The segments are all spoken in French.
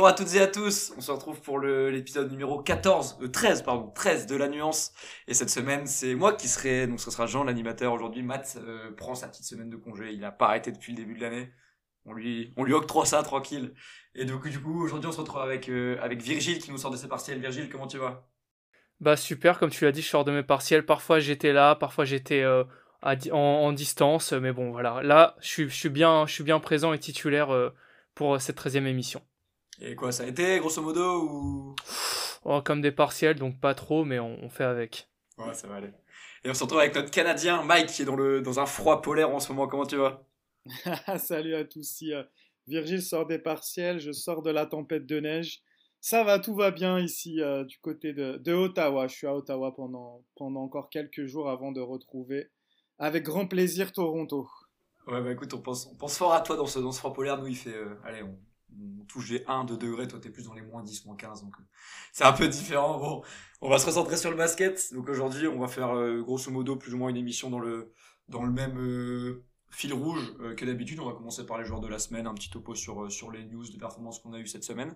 Bonjour à toutes et à tous, on se retrouve pour l'épisode numéro 13 de La Nuance. Et cette semaine, c'est moi qui serai, donc ce sera Jean l'animateur aujourd'hui. Matt prend sa petite semaine de congé, il n'a pas arrêté depuis le début de l'année. On lui octroie ça tranquille. Et donc du coup, aujourd'hui on se retrouve avec Virgile qui nous sort de ses partiels. Virgile, comment tu vas? Bah super, comme tu l'as dit, je sors de mes partiels. Parfois j'étais là, parfois j'étais en distance, mais bon voilà. Là, je suis bien présent et titulaire pour cette 13e émission. Et quoi, ça a été grosso modo ou... Oh, comme des partiels, donc pas trop, mais on fait avec. Ouais, ça va aller. Et on se retrouve avec notre Canadien Mike qui est dans un froid polaire en ce moment, comment tu vas? Salut à tous. Si Virgile sort des partiels, je sors de la tempête de neige. Ça va, tout va bien ici du côté de Ottawa. Je suis à Ottawa pendant encore quelques jours avant de retrouver avec grand plaisir Toronto. Ouais, bah écoute, on pense fort à toi dans ce froid polaire. Nous, il fait, allez, on touche les 1, 2 degrés. Toi, t'es plus dans les -10, -15. Donc, c'est un peu différent. Bon, on va se recentrer sur le basket. Donc, aujourd'hui, on va faire, grosso modo, plus ou moins une émission dans le même fil rouge que d'habitude. On va commencer par les joueurs de la semaine, un petit topo sur les news de performance qu'on a eu cette semaine.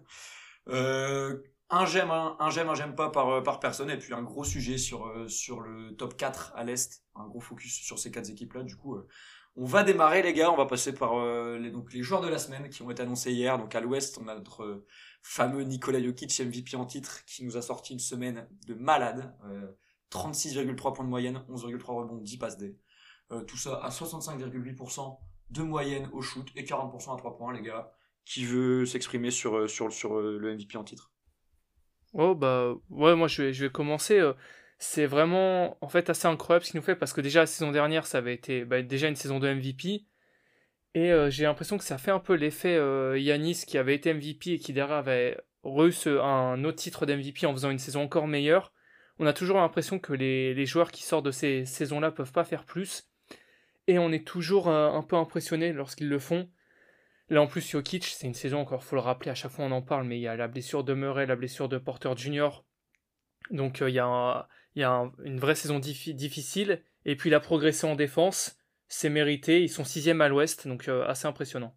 Un j'aime pas par personne. Et puis, un gros sujet sur le top 4 à l'Est. Un gros focus sur ces quatre équipes-là. Du coup, on va démarrer les gars, on va passer par les joueurs de la semaine qui ont été annoncés hier. Donc à l'ouest, on a notre fameux Nikola Jokic, MVP en titre, qui nous a sorti une semaine de malade. 36,3 points de moyenne, 11,3 rebonds, 10 passes D. Tout ça à 65,8% de moyenne au shoot et 40% à 3 points les gars. Qui veut s'exprimer sur le MVP en titre? Oh bah ouais, moi je vais commencer. C'est vraiment en fait assez incroyable ce qu'il nous fait parce que déjà la saison dernière ça avait été déjà une saison de MVP. Et j'ai l'impression que ça fait un peu l'effet Yanis qui avait été MVP et qui derrière avait reçu un autre titre d'MVP en faisant une saison encore meilleure. On a toujours l'impression que les joueurs qui sortent de ces saisons-là peuvent pas faire plus. Et on est toujours un peu impressionné lorsqu'ils le font. Là en plus Jokic, c'est une saison encore, faut le rappeler, à chaque fois on en parle, mais il y a la blessure de Murray, la blessure de Porter Junior. Donc une vraie saison difficile. Et puis il a progressé en défense, c'est mérité, ils sont sixième à l'ouest, donc assez impressionnant.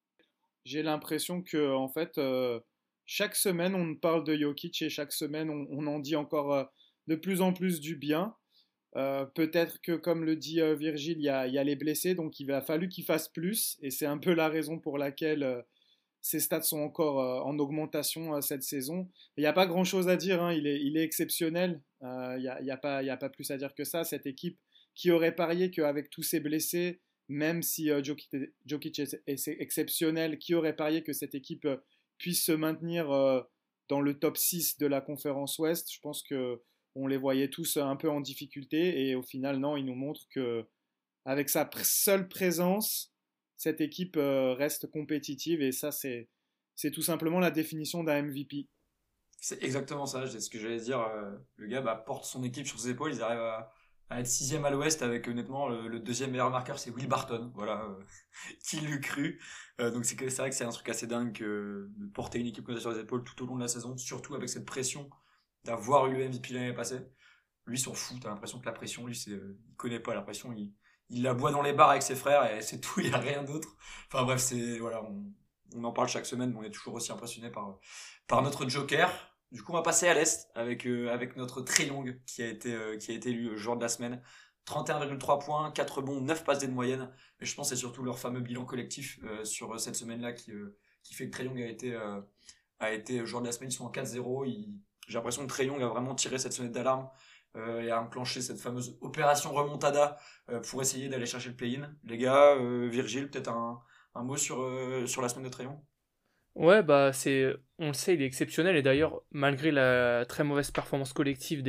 J'ai l'impression que en fait chaque semaine on parle de Jokic et chaque semaine on en dit encore de plus en plus du bien. Peut-être que, comme le dit Virgile, il y a les blessés, donc il va fallu qu'il fasse plus, et c'est un peu la raison pour laquelle ses stats sont encore en augmentation cette saison. Il n'y a pas grand-chose à dire, hein, il est exceptionnel, il y a pas plus à dire que ça. Cette équipe qui aurait parié qu'avec tous ses blessés, même si Jokic est exceptionnel, qui aurait parié que cette équipe puisse se maintenir dans le top 6 de la conférence Ouest. Je pense que on les voyait tous un peu en difficulté et au final, non, il nous montre que avec sa seule présence, cette équipe reste compétitive et ça, c'est tout simplement la définition d'un MVP. C'est exactement ça, c'est ce que j'allais dire. Le gars porte son équipe sur ses épaules, ils arrivent à être sixième à l'ouest avec honnêtement le deuxième meilleur marqueur c'est Will Barton. Voilà, qui l'eût cru. Donc c'est vrai que c'est un truc assez dingue de porter une équipe comme ça sur les épaules tout au long de la saison, surtout avec cette pression d'avoir eu le MVP l'année passée. Lui s'en fout, t'as l'impression que la pression, lui il connaît pas la pression, il la boit dans les bars avec ses frères et c'est tout, il y a rien d'autre. Enfin bref, c'est voilà, on en parle chaque semaine, mais on est toujours aussi impressionné par notre Joker. Du coup, on va passer à l'Est avec notre Trae Young qui a été élu joueur de la semaine. 31,3 points, 4 rebonds, 9 passes D de moyenne. Mais je pense que c'est surtout leur fameux bilan collectif sur cette semaine-là qui fait que Trae Young a été joueur de la semaine. Ils sont en 4-0. J'ai l'impression que Trae Young a vraiment tiré cette sonnette d'alarme et a enclenché cette fameuse opération remontada pour essayer d'aller chercher le play-in. Les gars, Virgile, peut-être un mot sur la semaine de Trae Young? Ouais, bah on le sait, il est exceptionnel et d'ailleurs, malgré la très mauvaise performance collective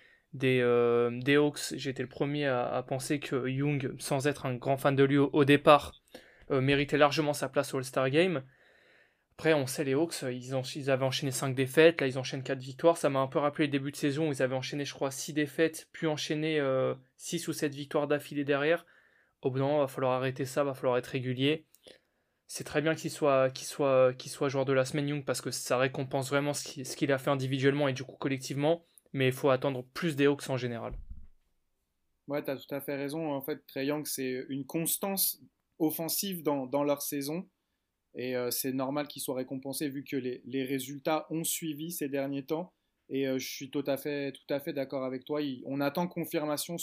des Hawks, j'étais le premier à penser que Young, sans être un grand fan de lui au départ, méritait largement sa place au All-Star Game. Après, on sait, les Hawks, ils avaient enchaîné 5 défaites, là ils enchaînent 4 victoires. Ça m'a un peu rappelé le début de saison où ils avaient enchaîné, je crois, 6 défaites, puis enchaîné 6 ou 7 victoires d'affilée derrière. Au bout d'un moment, va falloir arrêter ça, va falloir être régulier. C'est très bien qu'il soit joueur de la semaine, Young, parce que ça récompense vraiment ce qu'il a fait individuellement et du coup collectivement, mais il faut attendre plus des Hawks en général. Ouais, tu as tout à fait raison. En fait, Trae Young, c'est une constance offensive dans leur saison. Et c'est normal qu'il soit récompensé vu que les résultats ont suivi ces derniers temps. Et je suis tout à fait d'accord avec toi. On attend confirmation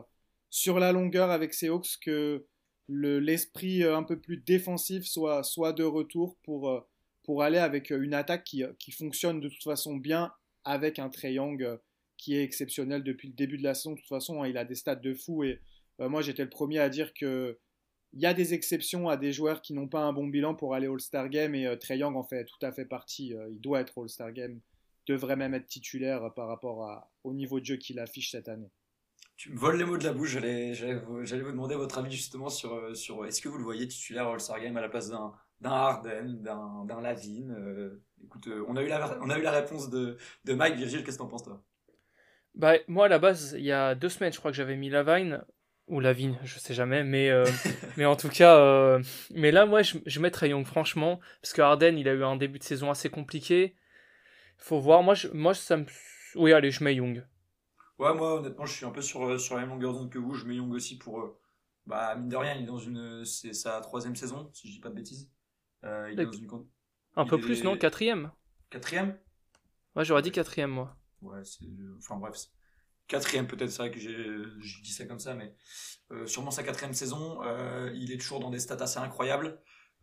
sur la longueur avec ces Hawks que l'esprit un peu plus défensif soit de retour pour aller avec une attaque qui fonctionne de toute façon bien avec un Trae Young qui est exceptionnel depuis le début de la saison. De toute façon, hein, il a des stats de fou et moi j'étais le premier à dire que il y a des exceptions à des joueurs qui n'ont pas un bon bilan pour aller All-Star Game et Trae Young en fait tout à fait partie. Il doit être All-Star Game, devrait même être titulaire par rapport au niveau de jeu qu'il affiche cette année. Tu me voles les mots de la bouche. J'allais vous demander votre avis justement sur est-ce que vous le voyez titulaire All-Star Game à la place d'un Harden, d'un Lavine. Écoute, on a eu la réponse de Mike. Virgile, qu'est-ce que t'en penses toi? Bah, moi, à la base, il y a 2 semaines, je crois que j'avais mis Lavine, ou Lavigne, je sais jamais, mais en tout cas, mais là, moi, je mets Trae Young, franchement, parce que Harden, il a eu un début de saison assez compliqué. Faut voir, ça me. Oui, allez, je mets Young. Ouais, moi honnêtement, je suis un peu sur la même longueur d'onde que vous. Je mets Young aussi pour bah mine de rien, il est dans c'est sa troisième saison, si je dis pas de bêtises. Il est dans Un il peu plus, non? est Quatrième? quatrième. Ouais, j'aurais dit Ouais, quatrième, moi. ouais, enfin bref, quatrième peut-être. C'est vrai que je dis ça comme ça, mais sûrement sa quatrième saison. Il est toujours dans des stats assez incroyables.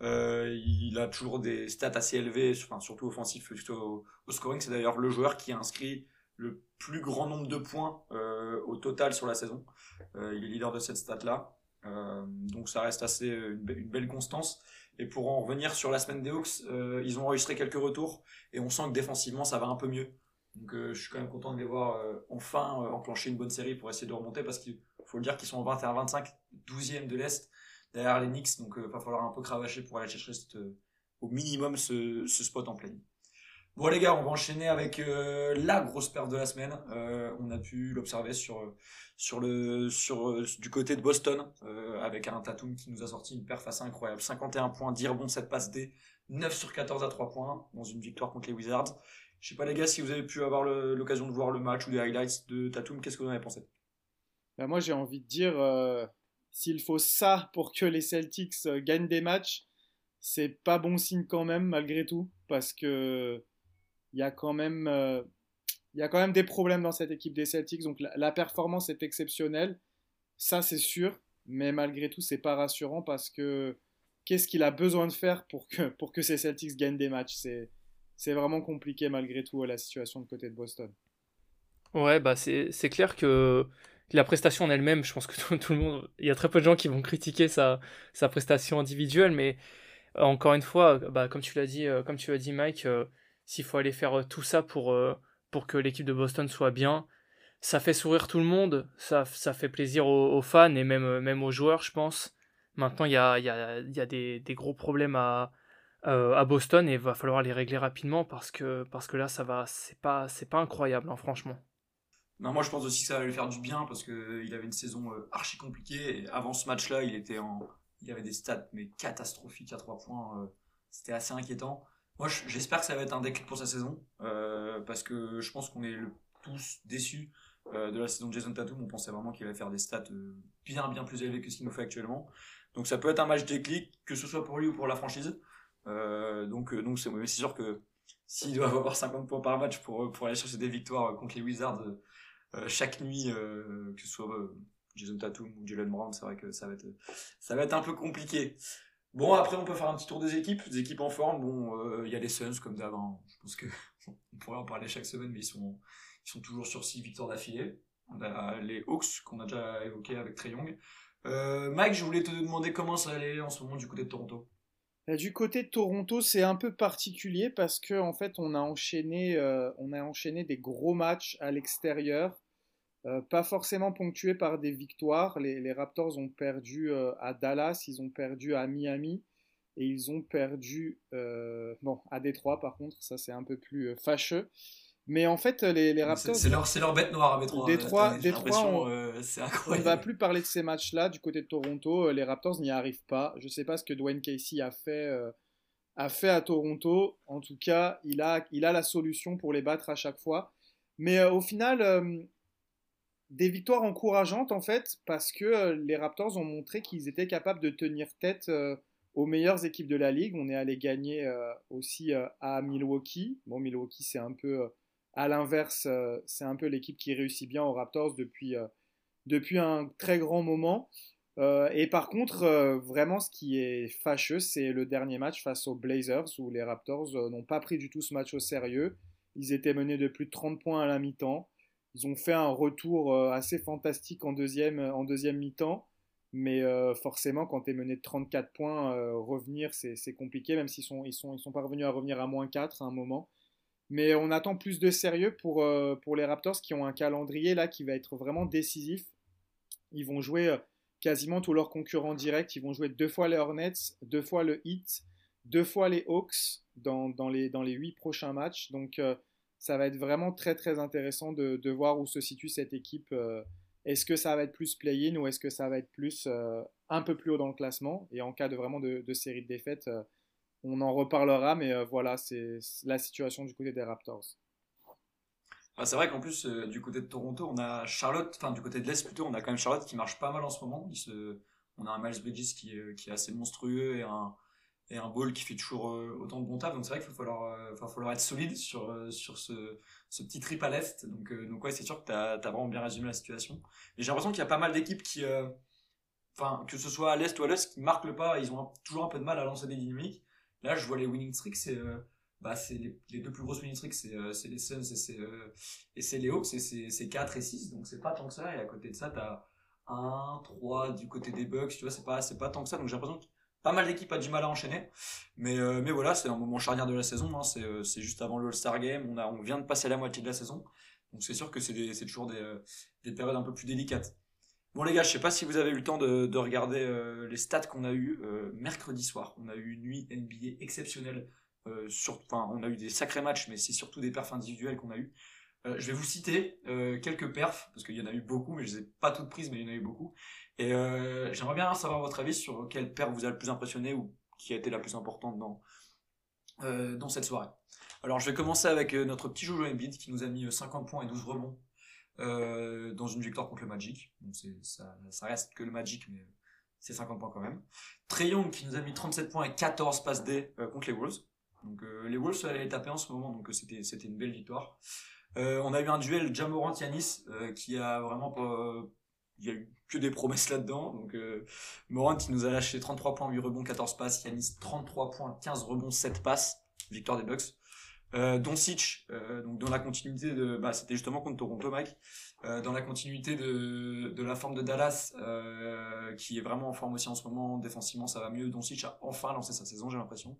Il a toujours des stats assez élevées, enfin, surtout offensif, surtout au scoring. C'est d'ailleurs le joueur qui a inscrit le plus grand nombre de points au total sur la saison. Il est leader de cette stat-là. Donc ça reste assez une belle constance. Et pour en revenir sur la semaine des Hawks, ils ont enregistré quelques retours et on sent que défensivement ça va un peu mieux. Donc je suis quand même content de les voir enfin enclencher une bonne série pour essayer de remonter parce qu'il faut le dire qu'ils sont en 21-25, 12e de l'Est derrière les Knicks. Donc il va falloir un peu cravacher pour aller chercher au minimum ce spot en play. Bon les gars, on va enchaîner avec la grosse perte de la semaine. On a pu l'observer du côté de Boston avec un Tatum qui nous a sorti une perf assez incroyable. 51 points, 10 rebonds, 7 passes D, 9 sur 14 à 3 points dans une victoire contre les Wizards. Je sais pas les gars si vous avez pu avoir l'occasion de voir le match ou les highlights de Tatum, qu'est-ce que vous en avez pensé? Ben, moi j'ai envie de dire, s'il faut ça pour que les Celtics gagnent des matchs, c'est pas bon signe quand même malgré tout, parce que il y a quand même, il y a quand même des problèmes dans cette équipe des Celtics. Donc la performance est exceptionnelle, ça c'est sûr, mais malgré tout c'est pas rassurant parce que qu'est-ce qu'il a besoin de faire pour que ces Celtics gagnent des matchs? C'est vraiment compliqué malgré tout la situation de côté de Boston. Ouais, bah c'est clair que la prestation en elle-même, je pense que tout le monde, il y a très peu de gens qui vont critiquer sa prestation individuelle, mais encore une fois, bah, comme tu l'as dit Mike, s'il faut aller faire tout ça pour que l'équipe de Boston soit bien, ça fait sourire tout le monde, ça fait plaisir aux fans et même aux joueurs, je pense. Maintenant, il y a des gros problèmes à Boston et il va falloir les régler rapidement parce que là, c'est pas incroyable, hein, franchement. Non, moi je pense aussi que ça va lui faire du bien parce que il avait une saison archi compliquée et avant ce match-là, il avait des stats mais catastrophiques à 3 points. C'était assez inquiétant. Moi, j'espère que ça va être un déclic pour sa saison parce que je pense qu'on est tous déçus de la saison de Jason Tatum. On pensait vraiment qu'il allait faire des stats bien plus élevées que ce qu'il nous fait actuellement. Donc ça peut être un match déclic, que ce soit pour lui ou pour la franchise. Donc c'est sûr que s'il doit avoir 50 points par match pour aller chercher des victoires contre les Wizards chaque nuit, que ce soit Jason Tatum ou Jalen Brown, c'est vrai que ça va être un peu compliqué. Bon, après, on peut faire un petit tour des équipes en forme. Bon, il y a les Suns, comme d'hab, hein. Je pense que on pourrait en parler chaque semaine, mais ils sont toujours sur 6 victoires d'affilée. On a les Hawks, qu'on a déjà évoqué avec Trae Young. Mike, je voulais te demander comment ça allait en ce moment du côté de Toronto. Du côté de Toronto, c'est un peu particulier parce que en fait, on a enchaîné des gros matchs à l'extérieur, pas forcément ponctués par des victoires. Les Raptors ont perdu à Dallas, ils ont perdu à Miami et ils ont perdu bon, à Détroit par contre, ça c'est un peu plus fâcheux. Mais en fait, les Raptors, C'est leur bête noire à Détroit. J'ai Détroit, l'impression, c'est on ne va incroyable. plus parler de ces matchs-là du côté de Toronto. Les Raptors n'y arrivent pas. Je ne sais pas ce que Dwayne Casey a fait à Toronto. En tout cas, il a la solution pour les battre à chaque fois. Mais au final, des victoires encourageantes en fait, parce que les Raptors ont montré qu'ils étaient capables de tenir tête aux meilleures équipes de la ligue. On est allé gagner aussi à Milwaukee. Bon, Milwaukee, c'est un peu à l'inverse, c'est un peu l'équipe qui réussit bien aux Raptors depuis un très grand moment. Et par contre, vraiment, ce qui est fâcheux, c'est le dernier match face aux Blazers, où les Raptors n'ont pas pris du tout ce match au sérieux. Ils étaient menés de plus de 30 points à la mi-temps. Ils ont fait un retour assez fantastique en deuxième mi-temps. Mais forcément, quand tu es mené de 34 points, revenir, c'est compliqué, même s'ils sont pas revenus à revenir à -4 à un moment. Mais on attend plus de sérieux pour les Raptors qui ont un calendrier là qui va être vraiment décisif. Ils vont jouer quasiment tous leurs concurrents directs. Ils vont jouer 2 fois les Hornets, 2 fois le Heat, 2 fois les Hawks dans les 8 prochains matchs. Donc ça va être vraiment très très intéressant de voir où se situe cette équipe. Est-ce que ça va être plus play-in ou est-ce que ça va être plus un peu plus haut dans le classement? Et en cas de vraiment de série de défaites, on en reparlera. Mais voilà, c'est la situation du côté des Raptors. Ah, c'est vrai qu'en plus, du côté de Toronto, on a Charlotte, enfin du côté de l'Est plutôt, on a quand même Charlotte qui marche pas mal en ce moment. On a un Miles Bridges qui est assez monstrueux et un Ball qui fait toujours autant de bon taf. Donc c'est vrai qu'il va falloir être solide sur ce petit trip à l'Est. Donc ouais, c'est sûr que t'as vraiment bien résumé la situation. Et j'ai l'impression qu'il y a pas mal d'équipes enfin, que ce soit à l'Est ou à l'Est, qui marquent le pas, ils ont toujours un peu de mal à lancer des dynamiques. Là, je vois les winning streaks, c'est les deux plus grosses winning streaks, c'est les Suns et c'est les Hawks, et c'est 4 et 6, donc c'est pas tant que ça. Et à côté de ça, t'as 1, 3 du côté des Bucks, tu vois, c'est pas tant que ça. Donc j'ai l'impression que pas mal d'équipes a du mal à enchaîner. Mais voilà, c'est un moment charnière de la saison, hein, c'est juste avant le All-Star Game, on vient de passer la moitié de la saison. Donc c'est sûr que c'est toujours des périodes un peu plus délicates. Bon les gars, je sais pas si vous avez eu le temps de regarder les stats qu'on a eu mercredi soir. On a eu une nuit NBA exceptionnelle. Enfin, on a eu des sacrés matchs, mais c'est surtout des perfs individuels qu'on a eu. Je vais vous citer quelques perfs, parce qu'il y en a eu beaucoup, mais je les ai pas toutes prises, mais il y en a eu beaucoup. Et j'aimerais bien savoir votre avis sur quelle perf vous a le plus impressionné ou qui a été la plus importante dans cette soirée. Alors je vais commencer avec notre petit Jojo Embiid qui nous a mis 50 points et 12 rebonds dans une victoire contre le Magic. Donc ça reste que le Magic, mais c'est 50 points quand même. Trae Young qui nous a mis 37 points et 14 passes D contre les Wolves. Donc les Wolves allaient les taper en ce moment, donc c'était une belle victoire. On a eu un duel Ja Morant-Yanis qui a vraiment pas... Il y a eu que des promesses là-dedans. Donc Morant qui nous a lâché 33 points, 8 rebonds, 14 passes. Yanis 33 points, 15 rebonds, 7 passes. Victoire des Bucks. Doncic, donc dans la continuité c'était justement contre Toronto, Mike, dans la continuité de la forme de Dallas, qui est vraiment en forme aussi en ce moment, défensivement ça va mieux. Doncic a enfin lancé sa saison, j'ai l'impression,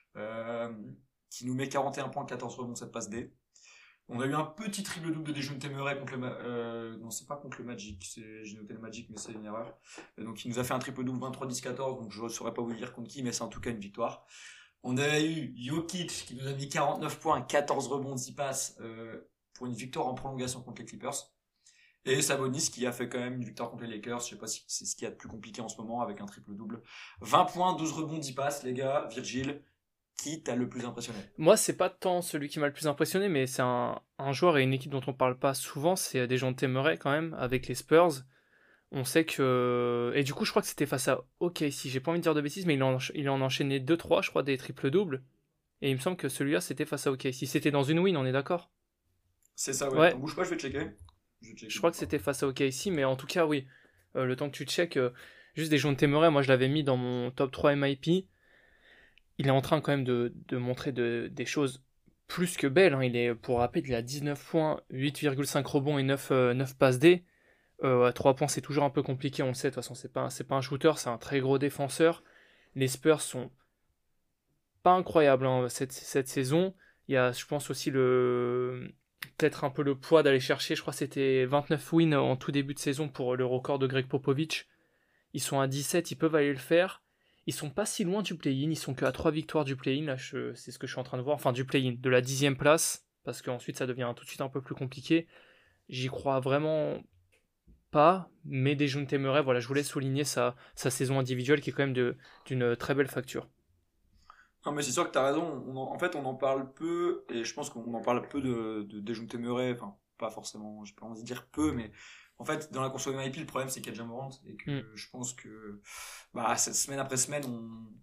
qui nous met 41 points, 14 rebonds, 7 passes D. On a eu un petit triple double de Dejounte Murray contre non, c'est pas contre le Magic, j'ai noté le Magic mais c'est une erreur. Donc il nous a fait un triple double 23 10 14, donc je saurais pas vous dire contre qui, mais c'est en tout cas une victoire. On a eu Jokic qui nous a mis 49 points, 14 rebonds, 10 passes pour une victoire en prolongation contre les Clippers. Et Sabonis qui a fait quand même une victoire contre les Lakers. Je sais pas si c'est ce qu'il y a de plus compliqué en ce moment avec un triple-double. 20 points, 12 rebonds, 10 passes, les gars. Virgile, qui t'a le plus impressionné? Moi, c'est pas tant celui qui m'a le plus impressionné, mais c'est un joueur et une équipe dont on parle pas souvent. C'est Dejounte Murray quand même, avec les Spurs. On sait que... Et du coup, je crois que c'était face à OKC. J'ai pas envie de dire de bêtises, mais il en a enchaîné 2-3, je crois, des triples-doubles. Et il me semble que celui-là, c'était face à OKC. C'était dans une win, on est d'accord? C'est ça, ouais. Ouais. Bouge pas, je vais checker. Je crois que c'était face à OKC, mais en tout cas, oui. Le temps que tu checkes, juste Dejounte Murray, moi je l'avais mis dans mon top 3 MIP. Il est en train quand même de montrer des choses plus que belles. Hein. Pour rappel, il a 19 points, 8,5 rebonds et 9 passes D. À 3 points, c'est toujours un peu compliqué, on le sait. De toute façon, c'est pas un shooter, c'est un très gros défenseur. Les Spurs sont pas incroyables cette saison. Il y a, je pense, aussi peut-être un peu le poids d'aller chercher. Je crois que c'était 29 wins en tout début de saison pour le record de Greg Popovich. Ils sont à 17, ils peuvent aller le faire. Ils sont pas si loin du play-in, ils sont qu'à 3 victoires du play-in, là c'est ce que je suis en train de voir, enfin du play-in, de la 10e place, parce qu'ensuite ça devient tout de suite un peu plus compliqué. J'y crois vraiment pas, mais Dejounte Murray, voilà, je voulais souligner sa saison individuelle qui est quand même d'une très belle facture. Non mais c'est sûr que t'as raison, en fait on en parle peu, et je pense qu'on en parle peu de Dejounte Murray, enfin pas forcément, j'ai pas envie de dire peu, mais en fait dans la consommation MIP le problème c'est qu'il y a Ja Morant, et que je pense que semaine après semaine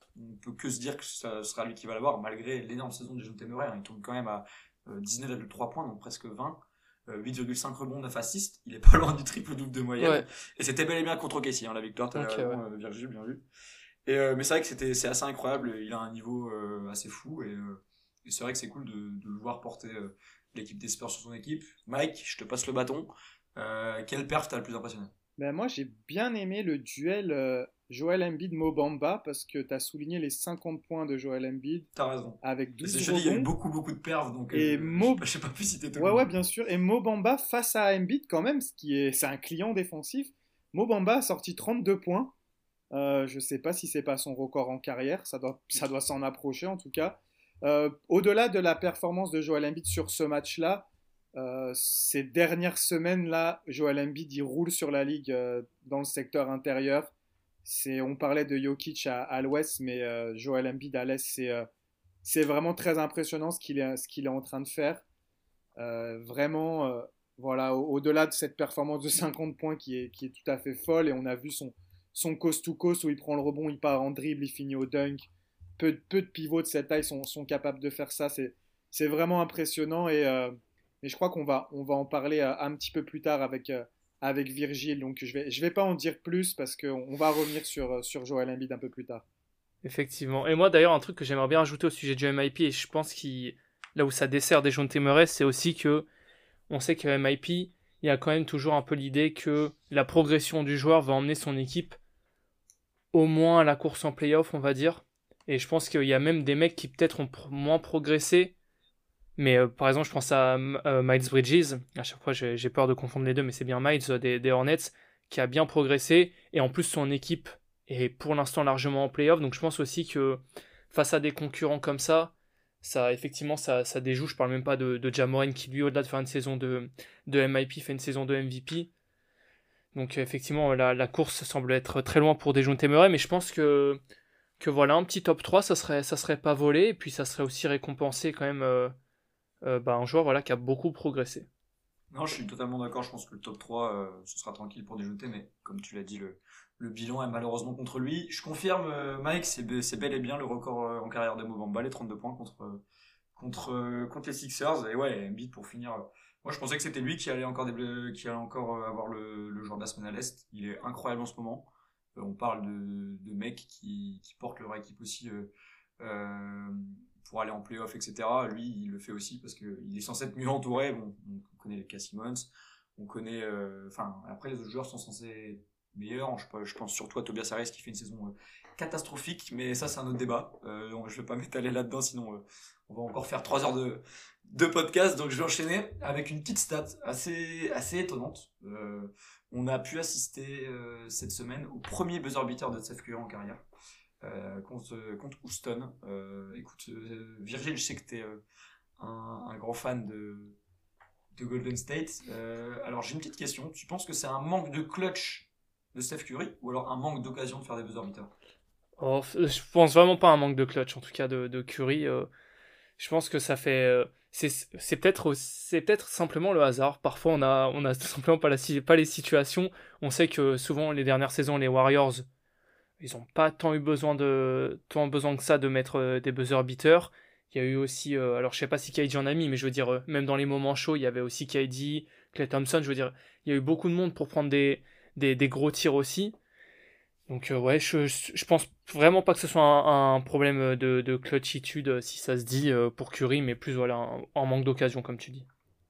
on peut que se dire que ça sera lui qui va l'avoir, malgré l'énorme saison de Dejounte Murray. Il tourne quand même à 19,3 points, donc presque 20. 8,5 rebonds, 9 assists. Il est pas loin du triple-double de moyenne. Ouais. Et c'était bel et bien contre Casey, la victoire. T'avais raison, Virgile, bien vu. Mais c'est vrai que c'est assez incroyable. Il a un niveau assez fou. Et c'est vrai que c'est cool de le voir porter l'équipe des Spurs sur son équipe. Mike, je te passe le bâton. Quel perf t'as le plus impressionné? Ben moi, j'ai bien aimé le duel Joel Embiid-Mo Bamba parce que tu as souligné les 50 points de Joel Embiid T'as raison. avec Et 12 je te dis, il y a eu rebonds. beaucoup de perfs, donc Et je sais pas plus citer tout le Ouais, monde. bien sûr. Et Mo Bamba face à Embiid, quand même, c'est un client défensif. Mo Bamba a sorti 32 points. Je sais pas si c'est pas son record en carrière. Ça doit s'en approcher, en tout cas. Au-delà de la performance de Joel Embiid sur ce match-là, ces dernières semaines-là, Joel Embiid, il roule sur la ligue dans le secteur intérieur. On parlait de Jokic à l'ouest, mais Joel Embiid à l'est, c'est vraiment très impressionnant ce qu'il est en train de faire. Vraiment, voilà, au-delà de cette performance de 50 points qui est tout à fait folle, et on a vu son coast-to-coast où il prend le rebond, il part en dribble, il finit au dunk. Peu de pivots de cette taille sont capables de faire ça. C'est vraiment impressionnant, et je crois on va en parler un petit peu plus tard avec Virgile. Donc je vais pas en dire plus parce qu'on va revenir sur Joel Embiid un peu plus tard. Effectivement. Et moi, d'ailleurs, un truc que j'aimerais bien ajouter au sujet du MIP, et je pense que là où ça dessert Dejounte Murray, c'est aussi que on sait que MIP, il y a quand même toujours un peu l'idée que la progression du joueur va emmener son équipe au moins à la course en playoff, on va dire. Et je pense qu'il y a même des mecs qui peut-être ont moins progressé. Mais par exemple, je pense à Miles Bridges. À chaque fois, j'ai peur de confondre les deux, mais c'est bien Miles des Hornets qui a bien progressé. Et en plus, son équipe est pour l'instant largement en playoff. Donc je pense aussi que face à des concurrents comme ça effectivement, ça déjoue. Je parle même pas de Ja Morant qui, lui, au-delà de faire une saison de MIP, fait une saison de MVP. Donc effectivement, la course semble être très loin pour Dejounte Murray. Mais je pense que voilà, un petit top 3, ça serait pas volé. Et puis ça serait aussi récompensé quand même. Un joueur voilà, qui a beaucoup progressé. Non, je suis totalement d'accord. Je pense que le top 3, ce sera tranquille pour déjouter, mais comme tu l'as dit, le bilan est malheureusement contre lui. Je confirme, Mike, c'est bel et bien le record en carrière de Mo Bamba, les 32 points contre les Sixers. Et ouais, Embiid pour finir. Moi, je pensais que c'était lui qui allait encore avoir le joueur de la semaine à l'Est. Il est incroyable en ce moment. On parle de mecs qui portent leur équipe aussi euh, pour aller en playoff, etc. Lui, il le fait aussi parce qu'il est censé être mieux entouré. Bon, on connaît les Cas Simmons, on connaît. Enfin, après, les autres joueurs sont censés être meilleurs. Je pense surtout à Tobias Harris qui fait une saison catastrophique, mais ça, c'est un autre débat. Donc, je vais pas m'étaler là-dedans, sinon on va encore faire 3 heures de podcast. Donc, je vais enchaîner avec une petite stat assez étonnante. On a pu assister cette semaine au premier buzzer beater de Steph Curry en carrière. Contre Houston. Écoute, Virgile, je sais que tu es un grand fan de Golden State. Alors j'ai une petite question. Tu penses que c'est un manque de clutch de Steph Curry ou alors un manque d'occasion de faire des buzzer beaters? Oh, je pense vraiment pas à un manque de clutch, en tout cas de Curry. Je pense que ça fait. C'est peut-être simplement le hasard. Parfois, on a tout simplement pas les situations. On sait que souvent, les dernières saisons, les Warriors, ils n'ont pas tant besoin que ça de mettre des buzzer beaters. Il y a eu aussi, alors je sais pas si KD en a mis, mais je veux dire, même dans les moments chauds, il y avait aussi KD, Klay Thompson, je veux dire, il y a eu beaucoup de monde pour prendre des gros tirs aussi. Donc ouais, je pense vraiment pas que ce soit un problème de clutchitude, si ça se dit, pour Curry, mais plus voilà, un manque d'occasion, comme tu dis.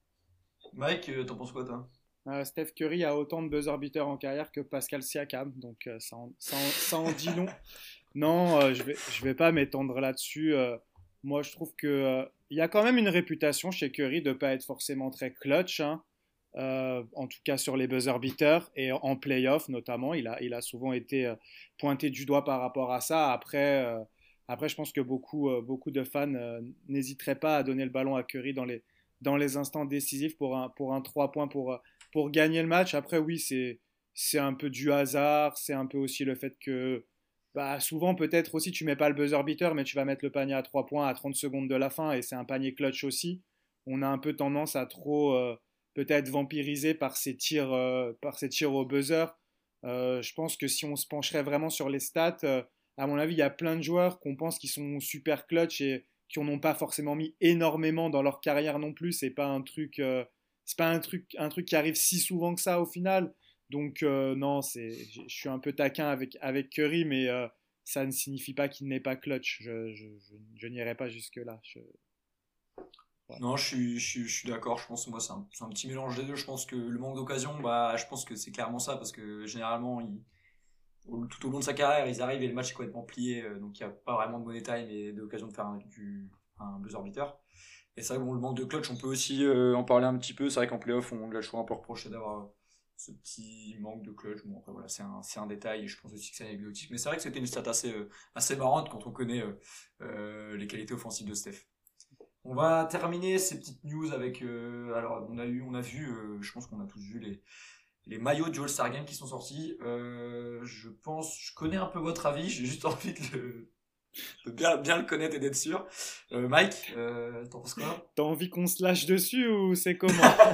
Mike, t'en penses quoi toi? Steph Curry a autant de buzzer beaters en carrière que Pascal Siakam, donc ça en dit long. Non, je vais pas m'étendre là-dessus. Moi, je trouve que il y a quand même une réputation chez Curry de pas être forcément très clutch, hein. En tout cas sur les buzzer beaters et en playoff notamment. Il a souvent été pointé du doigt par rapport à ça. Après je pense que beaucoup de fans n'hésiteraient pas à donner le ballon à Curry dans les instants décisifs pour un 3 points pour gagner le match. Après, oui, c'est un peu du hasard. C'est un peu aussi le fait que bah, souvent, peut-être aussi, tu mets pas le buzzer beater, mais tu vas mettre le panier à 3 points à 30 secondes de la fin, et c'est un panier clutch aussi. On a un peu tendance à trop peut-être vampiriser par ces tirs au buzzer. Je pense que si on se pencherait vraiment sur les stats, à mon avis, il y a plein de joueurs qu'on pense qu'ils sont super clutch et qui n'en ont pas forcément mis énormément dans leur carrière non plus. C'est pas un truc qui arrive si souvent que ça au final. Donc non, je suis un peu taquin avec Curry, mais ça ne signifie pas qu'il n'est pas clutch. Je n'irai pas jusque-là. Voilà. Non, je suis d'accord. Je pense, moi, c'est un petit mélange des deux. Je pense que le manque d'occasion, je pense que c'est clairement ça parce que généralement, tout au long de sa carrière, ils arrivent et le match est complètement plié. Donc, il n'y a pas vraiment de money time et d'occasion de faire un buzzer beater. Et c'est vrai que bon, le manque de clutch, on peut aussi en parler un petit peu. C'est vrai qu'en playoff, on l'a un peu reproché d'avoir ce petit manque de clutch. Bon, après, voilà, c'est un détail et je pense aussi que c'est anecdotique. Mais c'est vrai que c'était une stat assez marrante quand on connaît les qualités offensives de Steph. On va terminer ces petites news avec. Alors, on a vu, je pense qu'on a tous vu les maillots du All-Star Game qui sont sortis. Je connais un peu votre avis, j'ai juste envie de bien le connaître et d'être sûr. Mike, t'en penses quoi? T'as envie qu'on se lâche dessus ou c'est comment?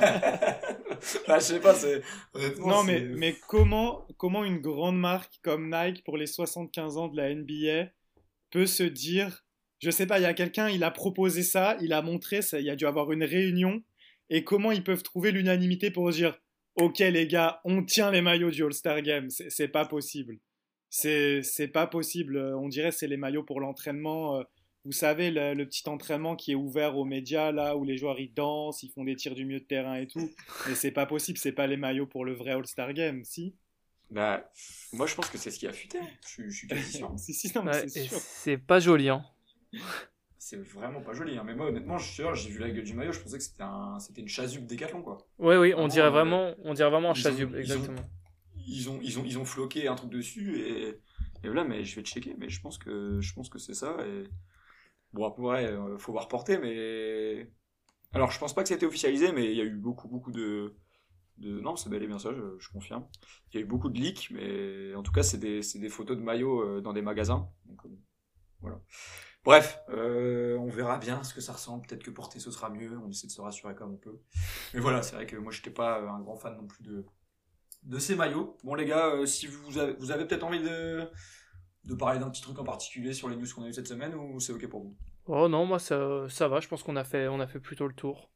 Je sais pas, honnêtement, Non, mais comment une grande marque comme Nike pour les 75 ans de la NBA peut se dire, je sais pas, il y a quelqu'un, il a proposé ça, il a montré, ça, il y a dû avoir une réunion, et comment ils peuvent trouver l'unanimité pour dire, ok les gars, on tient les maillots du All-Star Game, c'est pas possible. C'est pas possible, on dirait c'est les maillots pour l'entraînement. Vous savez, le petit entraînement qui est ouvert aux médias, là où les joueurs ils dansent, ils font des tirs du milieu de terrain et tout. Mais c'est pas possible, c'est pas les maillots pour le vrai All-Star Game, si? Bah, moi je pense que c'est ce qui a fuité. Je suis quasi sûr. Si, non, mais Ouais, c'est et sûr. c'est pas joli, hein. C'est vraiment pas joli, hein. Mais moi, honnêtement, je suis sûr, j'ai vu la gueule du maillot, je pensais que c'était une chasuble Décathlon, quoi. Oui, oui, Vraiment, on dirait vraiment un ils ont, chasuble, ils ont, exactement. ils ont floqué un truc dessus et voilà, mais je vais checker, mais je pense que c'est ça. Et bon, après, faut voir porter, mais alors je pense pas que ça a été officialisé, mais il y a eu beaucoup non, c'est bel et bien ça, je confirme. Il y a eu beaucoup de leaks, mais en tout cas, c'est des photos de maillots dans des magasins. Donc, voilà. Bref, on verra bien ce que ça ressemble. Peut-être que porter ce sera mieux. On essaie de se rassurer comme on peut. Mais voilà, c'est vrai que moi, j'étais pas un grand fan non plus de ces maillots. Bon, les gars, si vous avez peut-être envie de parler d'un petit truc en particulier sur les news qu'on a eu cette semaine ou c'est ok pour vous? Oh non, moi ça va, je pense on a fait plutôt le tour.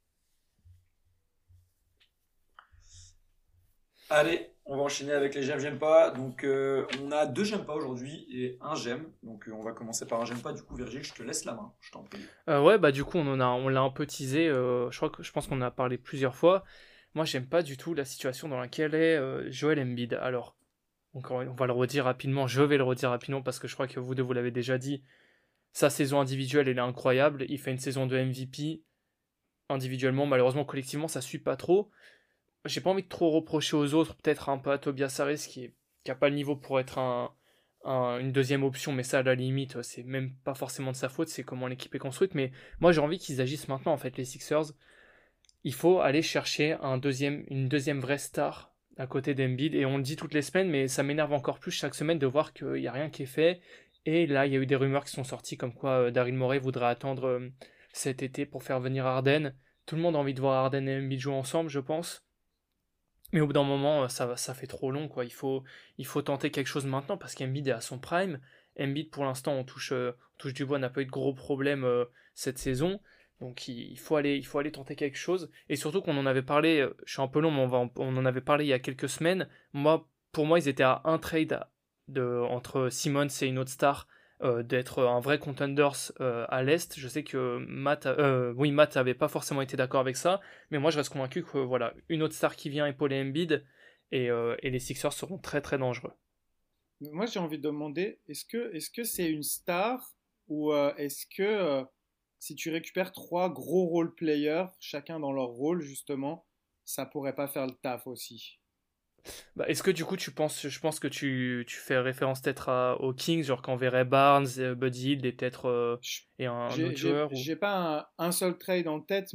Allez, on va enchaîner avec les j'aime pas. Donc, on a 2 j'aime pas aujourd'hui et un j'aime. Donc, on va commencer par un j'aime pas. Du coup, Virgile, je te laisse la main. Je t'en prie. Ouais, bah du coup on l'a un peu teasé, je pense qu'on en a parlé plusieurs fois. Moi j'aime pas du tout la situation dans laquelle est Joel Embiid. Alors, encore on va le redire rapidement, je vais le redire rapidement parce que je crois que vous deux vous l'avez déjà dit. Sa saison individuelle elle est incroyable, il fait une saison de MVP. Individuellement, malheureusement collectivement ça suit pas trop. J'ai pas envie de trop reprocher aux autres, peut-être un peu à Tobias Harris qui a pas le niveau pour être une deuxième option, mais ça à la limite, c'est même pas forcément de sa faute, c'est comment l'équipe est construite. Mais moi j'ai envie qu'ils agissent maintenant en fait, les Sixers. Il faut aller chercher une deuxième vraie star à côté d'Embiid, et on le dit toutes les semaines, mais ça m'énerve encore plus chaque semaine de voir qu'il n'y a rien qui est fait. Et là, il y a eu des rumeurs qui sont sorties comme quoi Daryl Morey voudrait attendre cet été pour faire venir Harden. Tout le monde a envie de voir Harden et Embiid jouer ensemble, je pense. Mais au bout d'un moment, ça fait trop long, quoi. Il faut tenter quelque chose maintenant parce qu'Embiid est à son prime. Embiid, pour l'instant, on touche du bois, n'a pas eu de gros problèmes cette saison. Donc il faut aller tenter quelque chose. Et surtout qu'on en avait parlé, je suis un peu long, mais on en avait parlé il y a quelques semaines. Pour moi, ils étaient à un trade entre Simmons et une autre star d'être un vrai contenders à l'Est. Je sais que Matt avait pas forcément été d'accord avec ça. Mais moi, je reste convaincu que voilà, une autre star qui vient épauler Embiid et les Sixers seront très très dangereux. Moi, j'ai envie de demander, est-ce que c'est une star ou est-ce que si tu récupères trois gros role players, chacun dans leur rôle justement, ça pourrait pas faire le taf aussi? Bah, est-ce que du coup je pense que tu fais référence peut-être aux Kings, genre quand on verrait Barnes, Buddy Hield et peut-être Je- et un autre joueur ou... J'ai pas un seul trade en tête,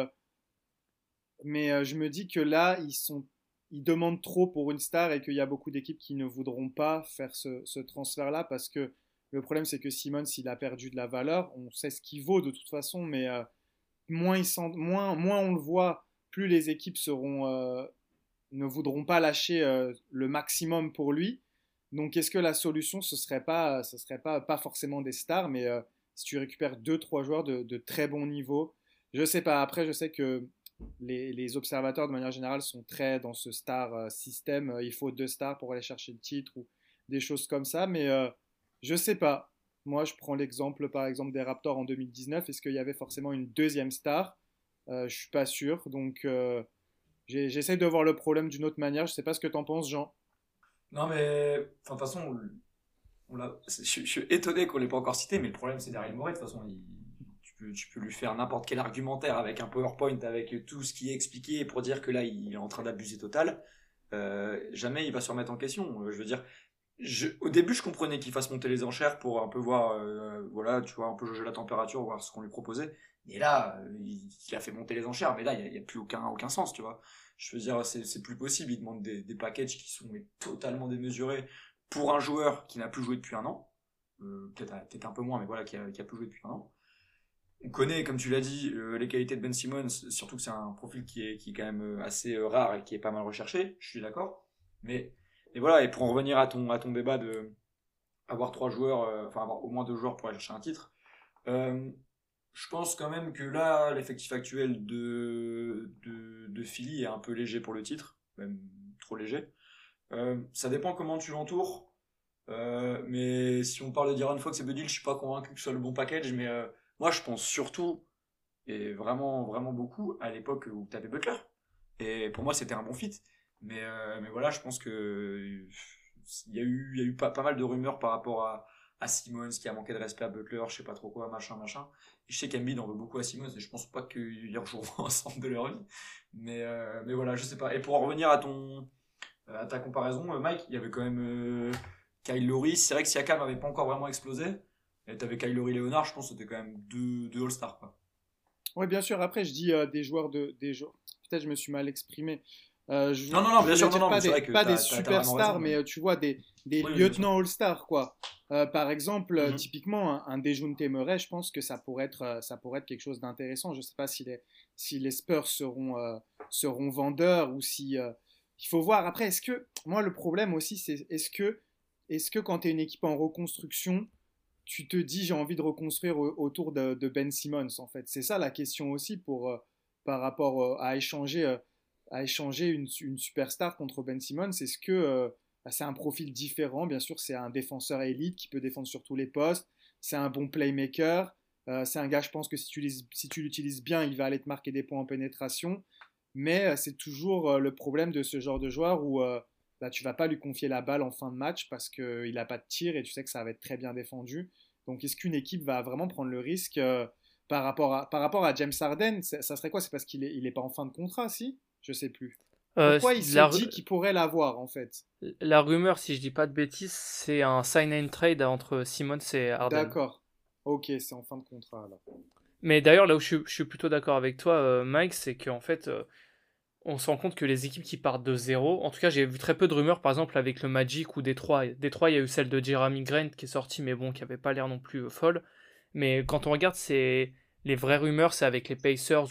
mais je me dis que là, ils demandent trop pour une star et qu'il y a beaucoup d'équipes qui ne voudront pas faire ce transfert-là parce que le problème, c'est que Simmons, il a perdu de la valeur. On sait ce qu'il vaut de toute façon, mais moins on le voit, plus les équipes ne voudront pas lâcher le maximum pour lui. Donc, est-ce que la solution, ce serait pas forcément des stars, mais si tu récupères deux, trois joueurs de très bon niveau, je sais pas. Après, je sais que les observateurs, de manière générale, sont très dans ce star système. Il faut deux stars pour aller chercher le titre ou des choses comme ça, mais je sais pas. Moi, je prends l'exemple, par exemple, des Raptors en 2019. Est-ce qu'il y avait forcément une deuxième star? Je suis pas sûr. Donc, j'essaie de voir le problème d'une autre manière. Je sais pas ce que t'en penses, Jean. Non, mais enfin, de toute façon, je suis étonné qu'on l'ait pas encore cité, mais le problème, c'est Daryl Morey. De toute façon, tu peux lui faire n'importe quel argumentaire avec un PowerPoint, avec tout ce qui est expliqué pour dire que là, il est en train d'abuser total. Jamais il va se remettre en question. Je veux dire, au début, je comprenais qu'il fasse monter les enchères pour un peu voir, voilà, tu vois, un peu jauger la température, voir ce qu'on lui proposait. Mais là, il a fait monter les enchères, mais là, il y a plus aucun sens, tu vois. Je veux dire, c'est plus possible. Il demande des packages qui sont mais, totalement démesurés pour un joueur qui n'a plus joué depuis un an. Peut-être un peu moins, mais voilà, qui a plus joué depuis un an. On connaît, comme tu l'as dit, les qualités de Ben Simmons, surtout que c'est un profil qui est quand même assez rare et qui est pas mal recherché, je suis d'accord. Mais voilà, et pour en revenir à ton débat de avoir trois joueurs, enfin avoir au moins deux joueurs pour aller chercher un titre, euh, je pense quand même que là, l'effectif actuel de Philly est un peu léger pour le titre, même trop léger. Ça dépend comment tu l'entoures. Mais si on parle de De'Aaron Fox et Buddy, je suis pas convaincu que ce soit le bon package, mais moi je pense surtout, et vraiment, vraiment beaucoup, à l'époque où tu avais Butler. Et pour moi c'était un bon fit. Mais voilà, je pense que il y a eu pas mal de rumeurs par rapport à Simmons qui a manqué de respect à Butler, je sais pas trop quoi, machin, machin. Et je sais qu'Embiid en veut beaucoup à Simmons et je pense pas qu'ils rejoueront ensemble de leur vie. Mais voilà, je sais pas. Et pour en revenir à ta comparaison, Mike, il y avait quand même Kyle Lowry. C'est vrai que Siakam avait pas encore vraiment explosé. Et t'avais Kyle Lowry Leonard, je pense que c'était quand même deux All-Stars, quoi. Oui, bien sûr. Après, je dis des joueurs des joueurs. Peut-être je me suis mal exprimé. Non, non, non, Je bien voulais sûr, non, dire non, mais pas c'est des, vrai que pas des t'as vraiment superstars, raison. mais tu vois, des Oui, oui, bien sûr. lieutenants All-Star, quoi. Par exemple, Mhm. typiquement, un Dejounte Murray, je pense que ça pourrait être quelque chose d'intéressant. Je ne sais pas si les Spurs seront vendeurs ou si. Il faut voir. Après, moi, le problème aussi, c'est est-ce que quand tu es une équipe en reconstruction, tu te dis j'ai envie de reconstruire autour de Ben Simmons en fait. C'est ça la question aussi par rapport à échanger une superstar contre Ben Simmons. Est-ce que bah, c'est un profil différent? Bien sûr, c'est un défenseur élite qui peut défendre sur tous les postes. C'est un bon playmaker. C'est un gars, je pense que si tu l'utilises bien, il va aller te marquer des points en pénétration. Mais c'est toujours le problème de ce genre de joueur où bah, tu vas pas lui confier la balle en fin de match parce qu'il n'a pas de tir et tu sais que ça va être très bien défendu. Donc est-ce qu'une équipe va vraiment prendre le risque par rapport à James Harden? Ça serait quoi? C'est parce qu'il est pas en fin de contrat, si? Je sais plus. Pourquoi il se La, dit qu'il pourrait l'avoir en fait? la rumeur, si je dis pas de bêtises, c'est un sign and trade entre Simmons et Harden. D'accord. Ok, c'est en fin de contrat alors. Mais d'ailleurs, là où je suis plutôt d'accord avec toi, Mike, c'est qu'en fait, on se rend compte que les équipes qui partent de zéro, en tout cas, j'ai vu très peu de rumeurs, par exemple, avec le Magic ou Détroit. Détroit, il y a eu celle de Jeremy Grant qui est sortie, mais bon, qui avait pas l'air non plus folle. Mais quand on regarde, les vraies rumeurs, c'est avec les Pacers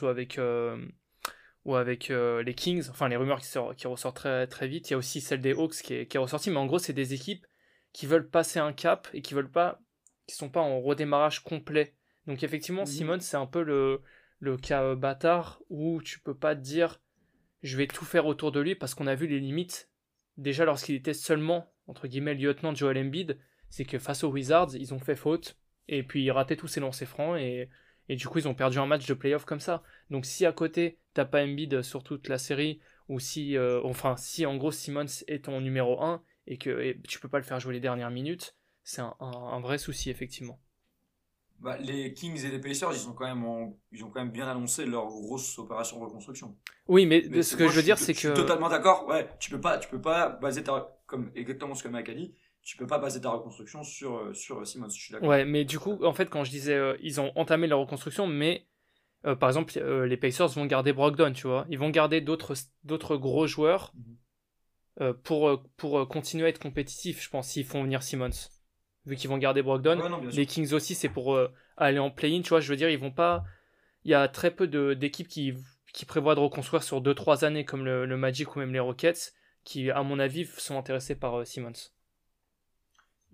ou avec les Kings. Enfin, les rumeurs qui ressortent très, très vite. Il y a aussi celle des Hawks qui est ressortie, mais en gros, c'est des équipes qui veulent passer un cap et qui sont pas en redémarrage complet. Donc effectivement, Mhm. Simone, c'est un peu le cas bâtard où tu peux pas te dire je vais tout faire autour de lui parce qu'on a vu les limites déjà lorsqu'il était seulement entre guillemets lieutenant de Joel Embiid, c'est que face aux Wizards ils ont fait faute et puis ils rataient tous ses lancers francs et du coup ils ont perdu un match de playoff comme ça. Donc si à côté t'as pas Embiid sur toute la série ou si en gros Simmons est ton numéro un et tu peux pas le faire jouer les dernières minutes, c'est un vrai souci effectivement. Bah, les Kings et les Pacers, ils ont quand même bien annoncé leur grosse opération de reconstruction. Oui, mais Mais ce que moi, je je veux suis, dire to- c'est je suis que totalement d'accord. Ouais, tu peux pas baser comme exactement ce que Mike a dit. Tu peux pas baser ta reconstruction sur Simmons. Je suis d'accord. ouais, mais Je du suis coup, d'accord. en fait, quand je disais ils ont entamé leur reconstruction, mais par exemple, les Pacers vont garder Brogdon, tu vois. Ils vont garder d'autres gros joueurs Mhm. pour continuer à être compétitifs, je pense, s'ils font venir Simmons. Vu qu'ils vont garder Brogdon. Ouais, non, bien Les sûr. Kings aussi, c'est pour aller en play-in, tu vois. Je veux dire, ils vont pas. Il y a très peu d'équipes qui prévoient de reconstruire sur 2-3 années, comme le Magic ou même les Rockets, qui, à mon avis, sont intéressés par Simmons.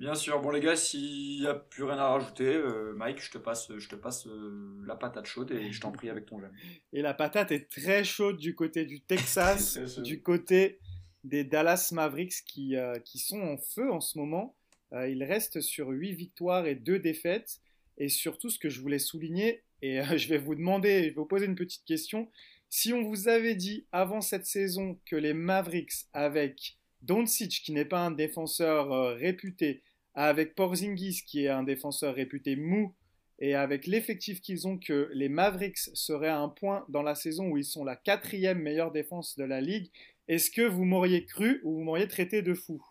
Bien sûr. Bon les gars, s'il n'y a plus rien à rajouter, Mike, je te passe la patate chaude et je t'en prie avec ton j'aime. Et la patate est très chaude du côté du Très Texas, très chaude. du côté des Dallas Mavericks qui sont en feu en ce moment. Ils restent sur 8 victoires et 2 défaites. Et surtout, ce que je voulais souligner, et je vais vous demander, je vais vous poser une petite question. Si on vous avait dit avant cette saison que les Mavericks, avec Doncic, qui n'est pas un défenseur réputé, avec Porzingis, qui est un défenseur réputé mou, et avec l'effectif qu'ils ont, que les Mavericks seraient à un point dans la saison où ils sont la quatrième meilleure défense de la ligue, est-ce que vous m'auriez cru ou vous m'auriez traité de fou?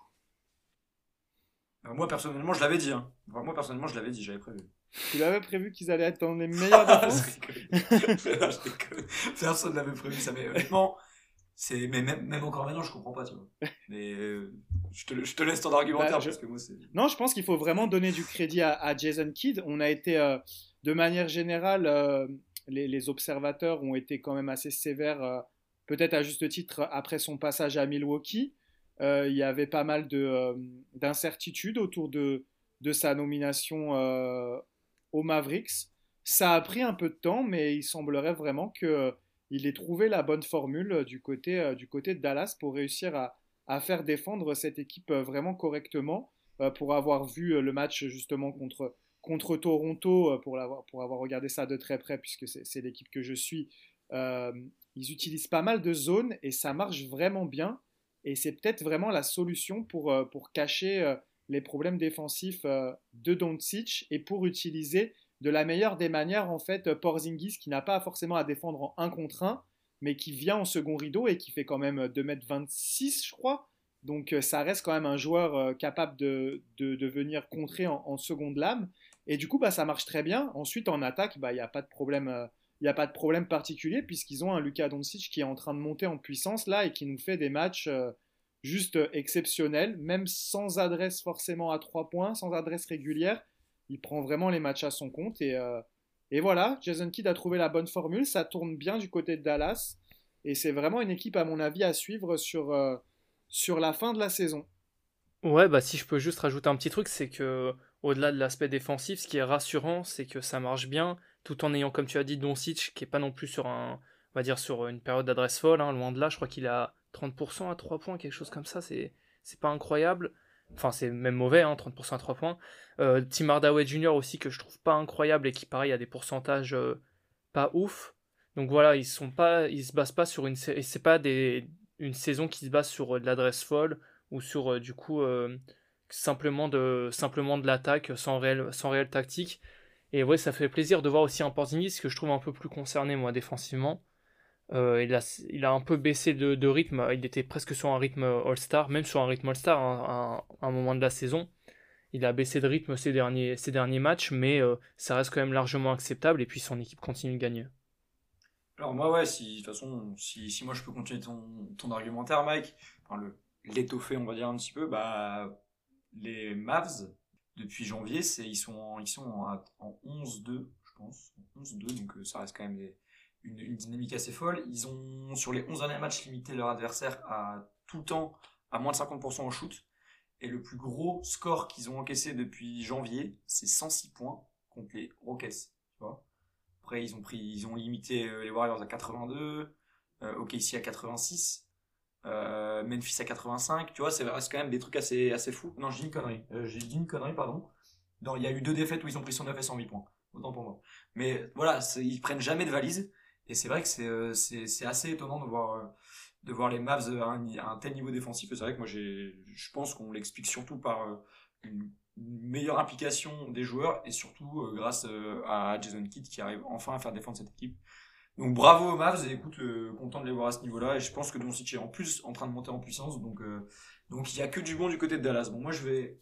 Moi personnellement, je l'avais dit. Hein. Enfin, moi personnellement, je l'avais dit, j'avais prévu. Tu l'avais prévu qu'ils allaient être dans les meilleures Je défenses? rigole. Je rigole. Personne n'avait prévu ça, mais honnêtement, mais même encore maintenant, je comprends pas, tu vois. Mais je te laisse ton argumentaire Bah, parce que moi, c'est. Non, je pense qu'il faut vraiment donner du crédit à Jason Kidd. On a été, de manière générale, les observateurs ont été quand même assez sévères, peut-être à juste titre, après son passage à Milwaukee. Il y avait pas mal d'incertitudes autour de sa nomination aux Mavericks. Ça a pris un peu de temps, mais il semblerait vraiment qu'il ait trouvé la bonne formule du côté de Dallas pour réussir à faire défendre cette équipe vraiment correctement. Pour avoir vu le match justement contre Toronto, pour avoir regardé ça de très près, puisque c'est l'équipe que je suis, euh, ils utilisent pas mal de zones et ça marche vraiment bien. Et c'est peut-être vraiment la solution pour cacher les problèmes défensifs de Doncic et pour utiliser de la meilleure des manières en fait Porzingis qui n'a pas forcément à défendre en 1 contre 1 mais qui vient en second rideau et qui fait quand même 2,26 m je crois. Donc ça reste quand même un joueur capable de venir contrer en seconde lame. Et du coup, bah, ça marche très bien. Ensuite, en attaque, bah, il n'y a pas de problème. Il n'y a pas de problème particulier puisqu'ils ont un Luka Doncic qui est en train de monter en puissance là et qui nous fait des matchs juste exceptionnels, même sans adresse forcément à 3 points, sans adresse régulière. Il prend vraiment les matchs à son compte et voilà, Jason Kidd a trouvé la bonne formule, ça tourne bien du côté de Dallas et c'est vraiment une équipe à mon avis à suivre sur la fin de la saison. Ouais, bah si je peux juste rajouter un petit truc, c'est que au-delà de l'aspect défensif, ce qui est rassurant, c'est que ça marche bien, tout en ayant, comme tu as dit, Doncic, qui est pas non plus sur on va dire sur une période d'adresse folle, hein, loin de là, je crois qu'il a 30% à 3 points, quelque chose comme ça, c'est pas incroyable. Enfin, c'est même mauvais, hein, 30% à 3 points. Tim Hardaway Jr. aussi, que je trouve pas incroyable et qui, pareil, a des pourcentages pas ouf. Donc voilà, ils se basent pas sur et c'est pas une saison qui se base sur de l'adresse folle ou sur du coup simplement de l'attaque sans réelle tactique. Et ouais, ça fait plaisir de voir aussi un Porzingis que je trouve un peu plus concerné moi défensivement. Il a un peu baissé de rythme, il était presque sur un rythme All-Star, même sur un rythme All-Star à un moment de la saison. Il a baissé de rythme ces derniers matchs, mais ça reste quand même largement acceptable et puis son équipe continue de gagner. Alors moi ouais, si de toute façon, si moi je peux continuer ton argumentaire, Mike, enfin l'étoffer on va dire un petit peu, bah les Mavs depuis janvier, ils sont en 11-2, je pense, en 11-2, donc ça reste quand même une dynamique assez folle. Ils ont sur les 11 derniers matchs limité leur adversaire à tout temps à moins de 50% au shoot. Et le plus gros score qu'ils ont encaissé depuis janvier, c'est 106 points contre les Rockets. Tu vois. Après, ils ont limité les Warriors à 82, OKC à 86, Memphis à 85. Tu vois, c'est reste quand même des trucs assez fous. Non, j'ai dit une connerie. J'ai dit une connerie, pardon. Non, il y a eu 2 défaites où ils ont pris 109 et 108 points. Autant pour moi. Mais voilà, ils prennent jamais de valise. Et c'est vrai que c'est assez étonnant de voir les Mavs à un tel niveau défensif. Et c'est vrai que moi, je pense qu'on l'explique surtout par une meilleure implication des joueurs et surtout grâce à Jason Kidd qui arrive enfin à faire défendre cette équipe. Donc bravo aux Mavs et écoute, content de les voir à ce niveau-là. Et je pense que Doncic est en plus en train de monter en puissance. Donc il y a que du bon du côté de Dallas. Bon, moi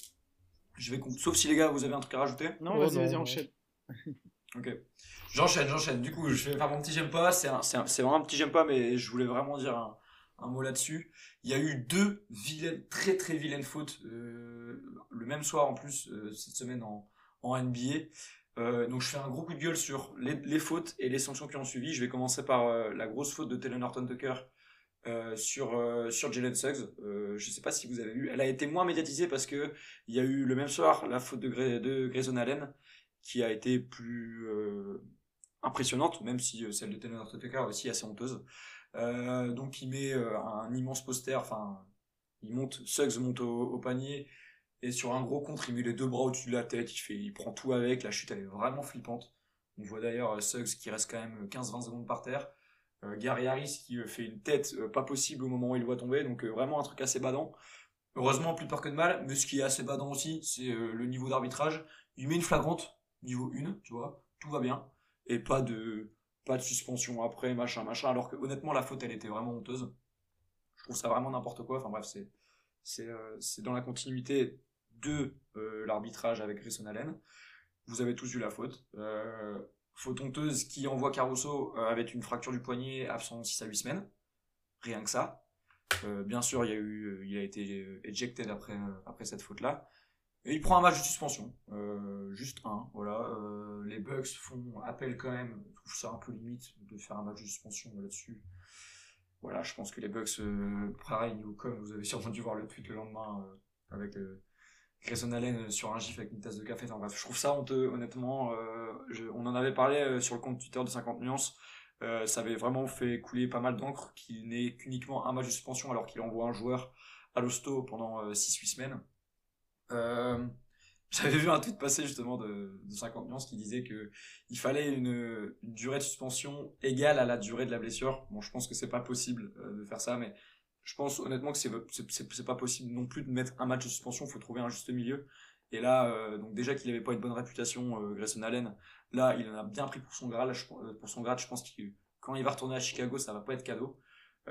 sauf si les gars, vous avez un truc à rajouter. Non, Oh vas-y, non, vas-y, non. enchaîne. Ok. J'enchaîne. Du coup, je vais faire mon petit j'aime pas. C'est vraiment un petit j'aime pas, mais je voulais vraiment dire un mot là-dessus. Il y a eu 2 très très vilaines fautes le même soir en plus cette semaine en NBA. Donc je fais un gros coup de gueule sur les fautes et les sanctions qui ont suivi. Je vais commencer par la grosse faute de Taylor Norton Tucker sur Jalen Suggs. je sais pas si vous avez vu, elle a été moins médiatisée parce que il y a eu le même soir la faute de Grayson Allen qui a été plus impressionnante, même si celle de Taylor Tucker aussi assez honteuse. Donc il met un immense poster, enfin Suggs monte au panier et sur un gros contre il met les deux bras au-dessus de la tête, il prend tout avec, la chute elle est vraiment flippante. On voit d'ailleurs Suggs qui reste quand même 15-20 secondes par terre. Gary Harris qui fait une tête pas possible au moment où il le voit tomber, donc vraiment un truc assez badant. Heureusement plus peur que de mal, mais ce qui est assez badant aussi, c'est le niveau d'arbitrage. Il met une flagrante, niveau 1, tu vois, tout va bien, et pas de suspension après, machin, alors que honnêtement la faute elle était vraiment honteuse. Je trouve ça vraiment n'importe quoi, enfin bref, c'est dans la continuité de l'arbitrage avec Grayson Allen. Vous avez tous vu la faute. Faute honteuse qui envoie Caruso avec une fracture du poignet, absent 6 à 8 semaines. Rien que ça. Bien sûr, il a été ejected après cette faute-là. Et il prend un match de suspension. Juste un, voilà. Les Bucks font appel quand même. Je trouve ça un peu limite de faire un match de suspension là-dessus. Voilà, je pense que les Bucks, pareil, comme vous avez sûrement dû voir le tweet le lendemain avec Grayson Allen sur un gif avec une tasse de café. Enfin bref, je trouve ça honteux, honnêtement. On en avait parlé sur le compte Twitter de 50 nuances. Ça avait vraiment fait couler pas mal d'encre qu'il n'ait qu'uniquement un match de suspension alors qu'il envoie un joueur à l'hosto pendant 6-8 semaines. J'avais vu un tweet passer justement de 50 nuances qui disait que il fallait une durée de suspension égale à la durée de la blessure. Bon, je pense que c'est pas possible de faire ça, mais je pense honnêtement que c'est pas possible non plus de mettre un match de suspension. Il faut trouver un juste milieu. Et là, donc déjà qu'il avait pas une bonne réputation, Grayson Allen, là il en a bien pris pour son grade. Je pense que quand il va retourner à Chicago, ça va pas être cadeau.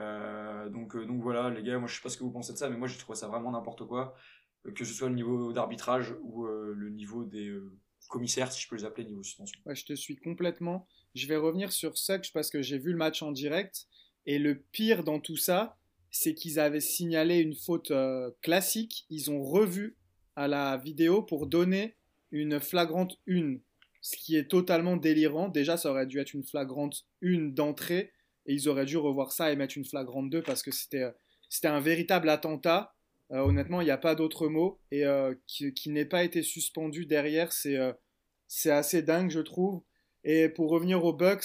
Donc voilà, les gars, moi je sais pas ce que vous pensez de ça, mais moi j'ai trouvé ça vraiment n'importe quoi. Que ce soit le niveau d'arbitrage ou le niveau des commissaires, si je peux les appeler, niveau suspension. Ouais, je te suis complètement. Je vais revenir sur Suggs parce que j'ai vu le match en direct. Et le pire dans tout ça, c'est qu'ils avaient signalé une faute classique. Ils ont revu à la vidéo pour donner une flagrante 1. Ce qui est totalement délirant. Déjà, ça aurait dû être une flagrante 1 d'entrée. Et ils auraient dû revoir ça et mettre une flagrante 2 parce que c'était un véritable attentat. Honnêtement, il n'y a pas d'autre mot. Et qui n'ait pas été suspendu derrière, c'est assez dingue, je trouve. Et pour revenir aux Bucks,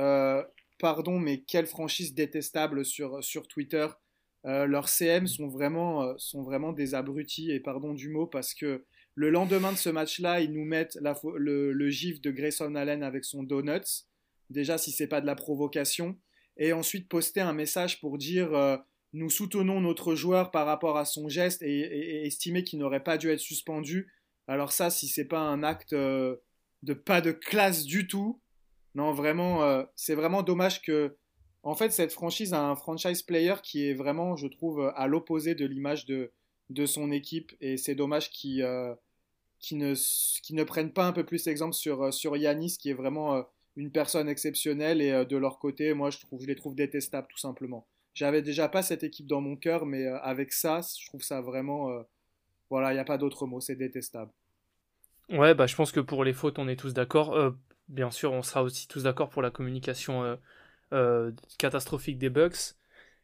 pardon, mais quelle franchise détestable sur Twitter. Leurs CM sont vraiment des abrutis, et pardon du mot, parce que le lendemain de ce match-là, ils nous mettent le gif de Grayson Allen avec son donuts. Déjà, si c'est pas de la provocation. Et ensuite, poster un message pour dire nous soutenons notre joueur par rapport à son geste et estimer qu'il n'aurait pas dû être suspendu. Alors ça, si c'est pas un acte de pas de classe du tout, non vraiment, c'est vraiment dommage que, en fait, cette franchise a un franchise player qui est vraiment, je trouve, à l'opposé de l'image de son équipe et c'est dommage qu'ils ne prennent pas un peu plus exemple sur Yanis qui est vraiment une personne exceptionnelle et de leur côté, moi je les trouve détestables tout simplement. J'avais déjà pas cette équipe dans mon cœur, mais avec ça, je trouve ça vraiment. Voilà, il n'y a pas d'autre mot, c'est détestable. Ouais, bah je pense que pour les fautes, on est tous d'accord. Bien sûr, on sera aussi tous d'accord pour la communication catastrophique des Bucks.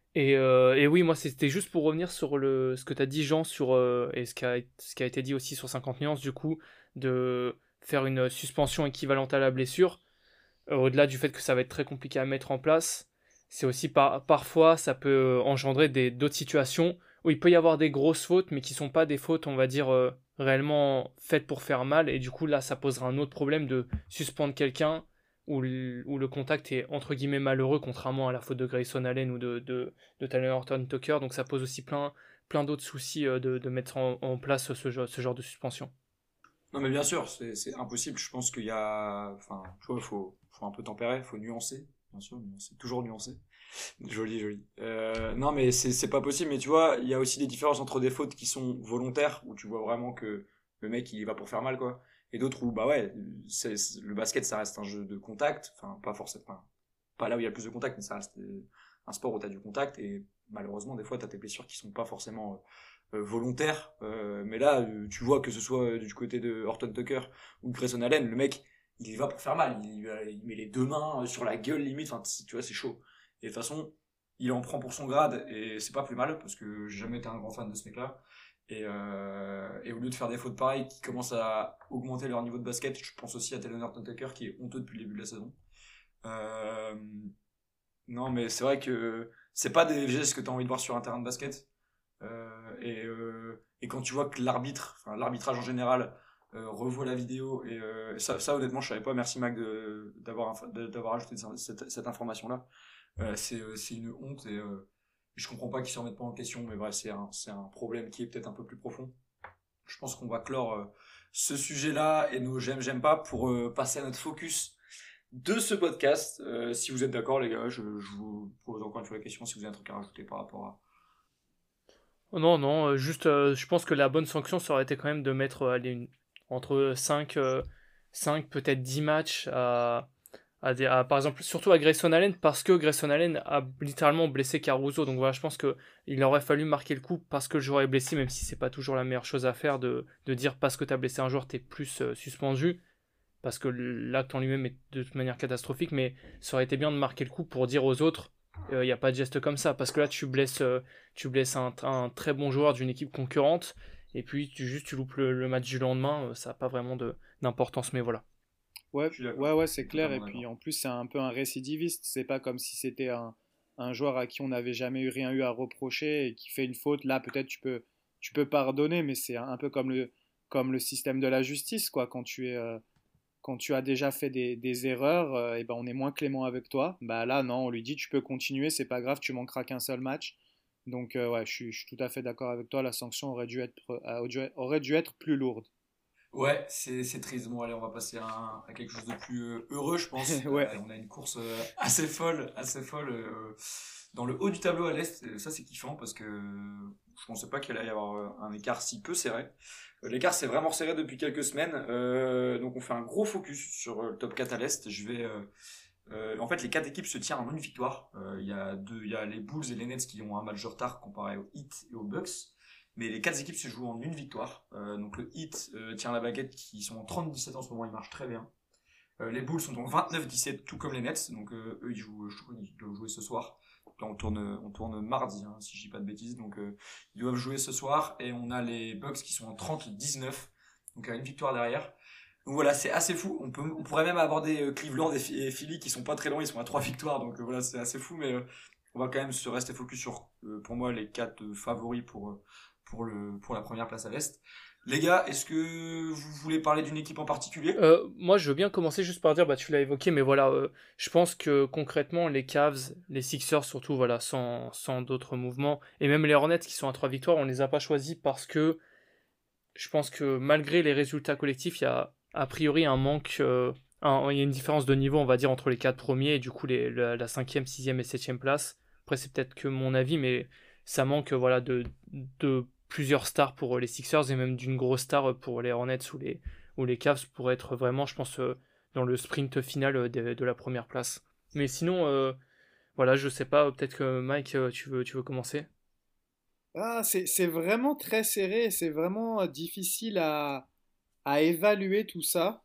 Et oui, moi c'était juste pour revenir sur ce que tu as dit, Jean, et ce qui a été dit aussi sur 50 nuances, du coup, de faire une suspension équivalente à la blessure. Au-delà du fait que ça va être très compliqué à mettre en place, c'est aussi parfois ça peut engendrer d'autres situations où il peut y avoir des grosses fautes, mais qui sont pas des fautes, on va dire, réellement faites pour faire mal. Et du coup, là, ça posera un autre problème de suspendre quelqu'un où le contact est entre guillemets malheureux, contrairement à la faute de Grayson Allen ou de Tyler Horton Tucker. Donc ça pose aussi plein d'autres soucis de mettre en place ce genre de suspension. Non, mais bien sûr, c'est impossible. Je pense qu'il y a. Enfin, tu vois, faut un peu tempérer, faut nuancer. Bien sûr, nuancer. Toujours nuancer. Joli, joli. Non, mais c'est pas possible. Mais tu vois, il y a aussi des différences entre des fautes qui sont volontaires, où tu vois vraiment que le mec, il y va pour faire mal, quoi. Et d'autres où, bah ouais, le basket, ça reste un jeu de contact. Enfin, pas forcément. Enfin, pas là où il y a le plus de contact, mais ça reste un sport où t'as du contact. Et malheureusement, des fois, t'as tes blessures qui sont pas forcément volontaires. Mais là, tu vois que ce soit du côté de Horton Tucker ou de Grayson Allen, le mec, il y va pour faire mal. Il met les deux mains sur la gueule, limite. Enfin, tu vois, c'est chaud. Et de toute façon, il en prend pour son grade et c'est pas plus mal parce que j'ai jamais été un grand fan de ce mec-là. Et au lieu de faire des fautes pareilles qui commencent à augmenter leur niveau de basket, je pense aussi à Taylor Horton-Tucker qui est honteux depuis le début de la saison. Euh, non, mais c'est vrai que c'est pas des gestes que tu as envie de voir sur un terrain de basket. Et quand tu vois que l'arbitrage en général, revoit la vidéo, et ça honnêtement, je savais pas, merci Mac d'avoir ajouté cette information-là. C'est une honte et je comprends pas qu'ils se remettent pas en question, mais bref, c'est un problème qui est peut-être un peu plus profond. Je pense qu'on va clore ce sujet-là et nos j'aime pas pour passer à notre focus de ce podcast. Si vous êtes d'accord, les gars, je vous pose encore une fois la question si vous avez un truc à rajouter par rapport à. Non, non, juste, je pense que la bonne sanction, ça aurait été quand même de mettre entre 5 peut-être 10 matchs par exemple, surtout à Grayson Allen, parce que Grayson Allen a littéralement blessé Caruso. Donc voilà, je pense qu'il aurait fallu marquer le coup parce que le joueur est blessé, même si c'est pas toujours la meilleure chose à faire de dire parce que tu as blessé un joueur, tu es plus suspendu. Parce que l'acte en lui-même est de toute manière catastrophique, mais ça aurait été bien de marquer le coup pour dire aux autres, il n'y a pas de geste comme ça, parce que là tu blesses un très bon joueur d'une équipe concurrente, et puis tu loupes le match du lendemain, ça n'a pas vraiment d'importance, mais voilà. Ouais, Je suis d'accord. ouais, ouais, c'est clair. Et Totalement puis d'accord. en plus, c'est un peu un récidiviste. C'est pas comme si c'était un joueur à qui on n'avait jamais rien eu à reprocher et qui fait une faute. Là, peut-être tu peux pardonner, mais c'est un peu comme le système de la justice, quoi. Quand tu as déjà fait des erreurs, et ben on est moins clément avec toi. Bah là, non, on lui dit tu peux continuer, c'est pas grave, tu manqueras qu'un seul match. Donc ouais, je suis tout à fait d'accord avec toi. La sanction aurait dû être plus lourde. Ouais, c'est triste. Bon, allez, on va passer à quelque chose de plus heureux, je pense. Ouais, On a une course assez folle dans le haut du tableau à l'Est. Et ça, c'est kiffant parce que je pensais pas qu'il allait y avoir un écart si peu serré. L'écart s'est vraiment serré depuis quelques semaines. Donc, on fait un gros focus sur le top 4 à l'Est. En fait, les quatre équipes se tiennent en une victoire. Il y a les Bulls et les Nets qui ont un match de retard comparé aux Heat et aux Bucks. Mais les quatre équipes se jouent en une victoire. Donc le Heat tient la baguette qui sont en 30-17 en ce moment, ils marchent très bien. Les Bulls sont en 29-17, tout comme les Nets. Donc eux, je crois qu'ils doivent jouer ce soir. Donc là, on tourne mardi, hein, si je dis pas de bêtises. Donc ils doivent jouer ce soir. Et on a les Bucks qui sont en 30-19, donc à une victoire derrière. Donc voilà, c'est assez fou. On pourrait même aborder Cleveland et Philly qui sont pas très loin, ils sont à 3 victoires. Donc voilà, c'est assez fou. Mais on va quand même se rester focus sur, pour moi, les quatre favoris pour la première place à l'Est. Les gars, est-ce que vous voulez parler d'une équipe en particulier? Moi, je veux bien commencer juste par dire, bah, tu l'as évoqué, mais voilà, je pense que concrètement, les Cavs, les Sixers surtout, voilà, sans d'autres mouvements, et même les Hornets qui sont à 3 victoires, on les a pas choisis parce que je pense que malgré les résultats collectifs, il y a a priori un manque, il y a une différence de niveau, on va dire, entre les 4 premiers et du coup la 5e, 6e et 7e place. Après, c'est peut-être que mon avis, mais ça manque voilà, de plusieurs stars pour les Sixers et même d'une grosse star pour les Hornets ou les Cavs pour être vraiment, je pense, dans le sprint final de la première place. Mais sinon, voilà, je sais pas, peut-être que Mike, tu veux commencer? ah, c'est vraiment très serré, et c'est vraiment difficile à évaluer tout ça.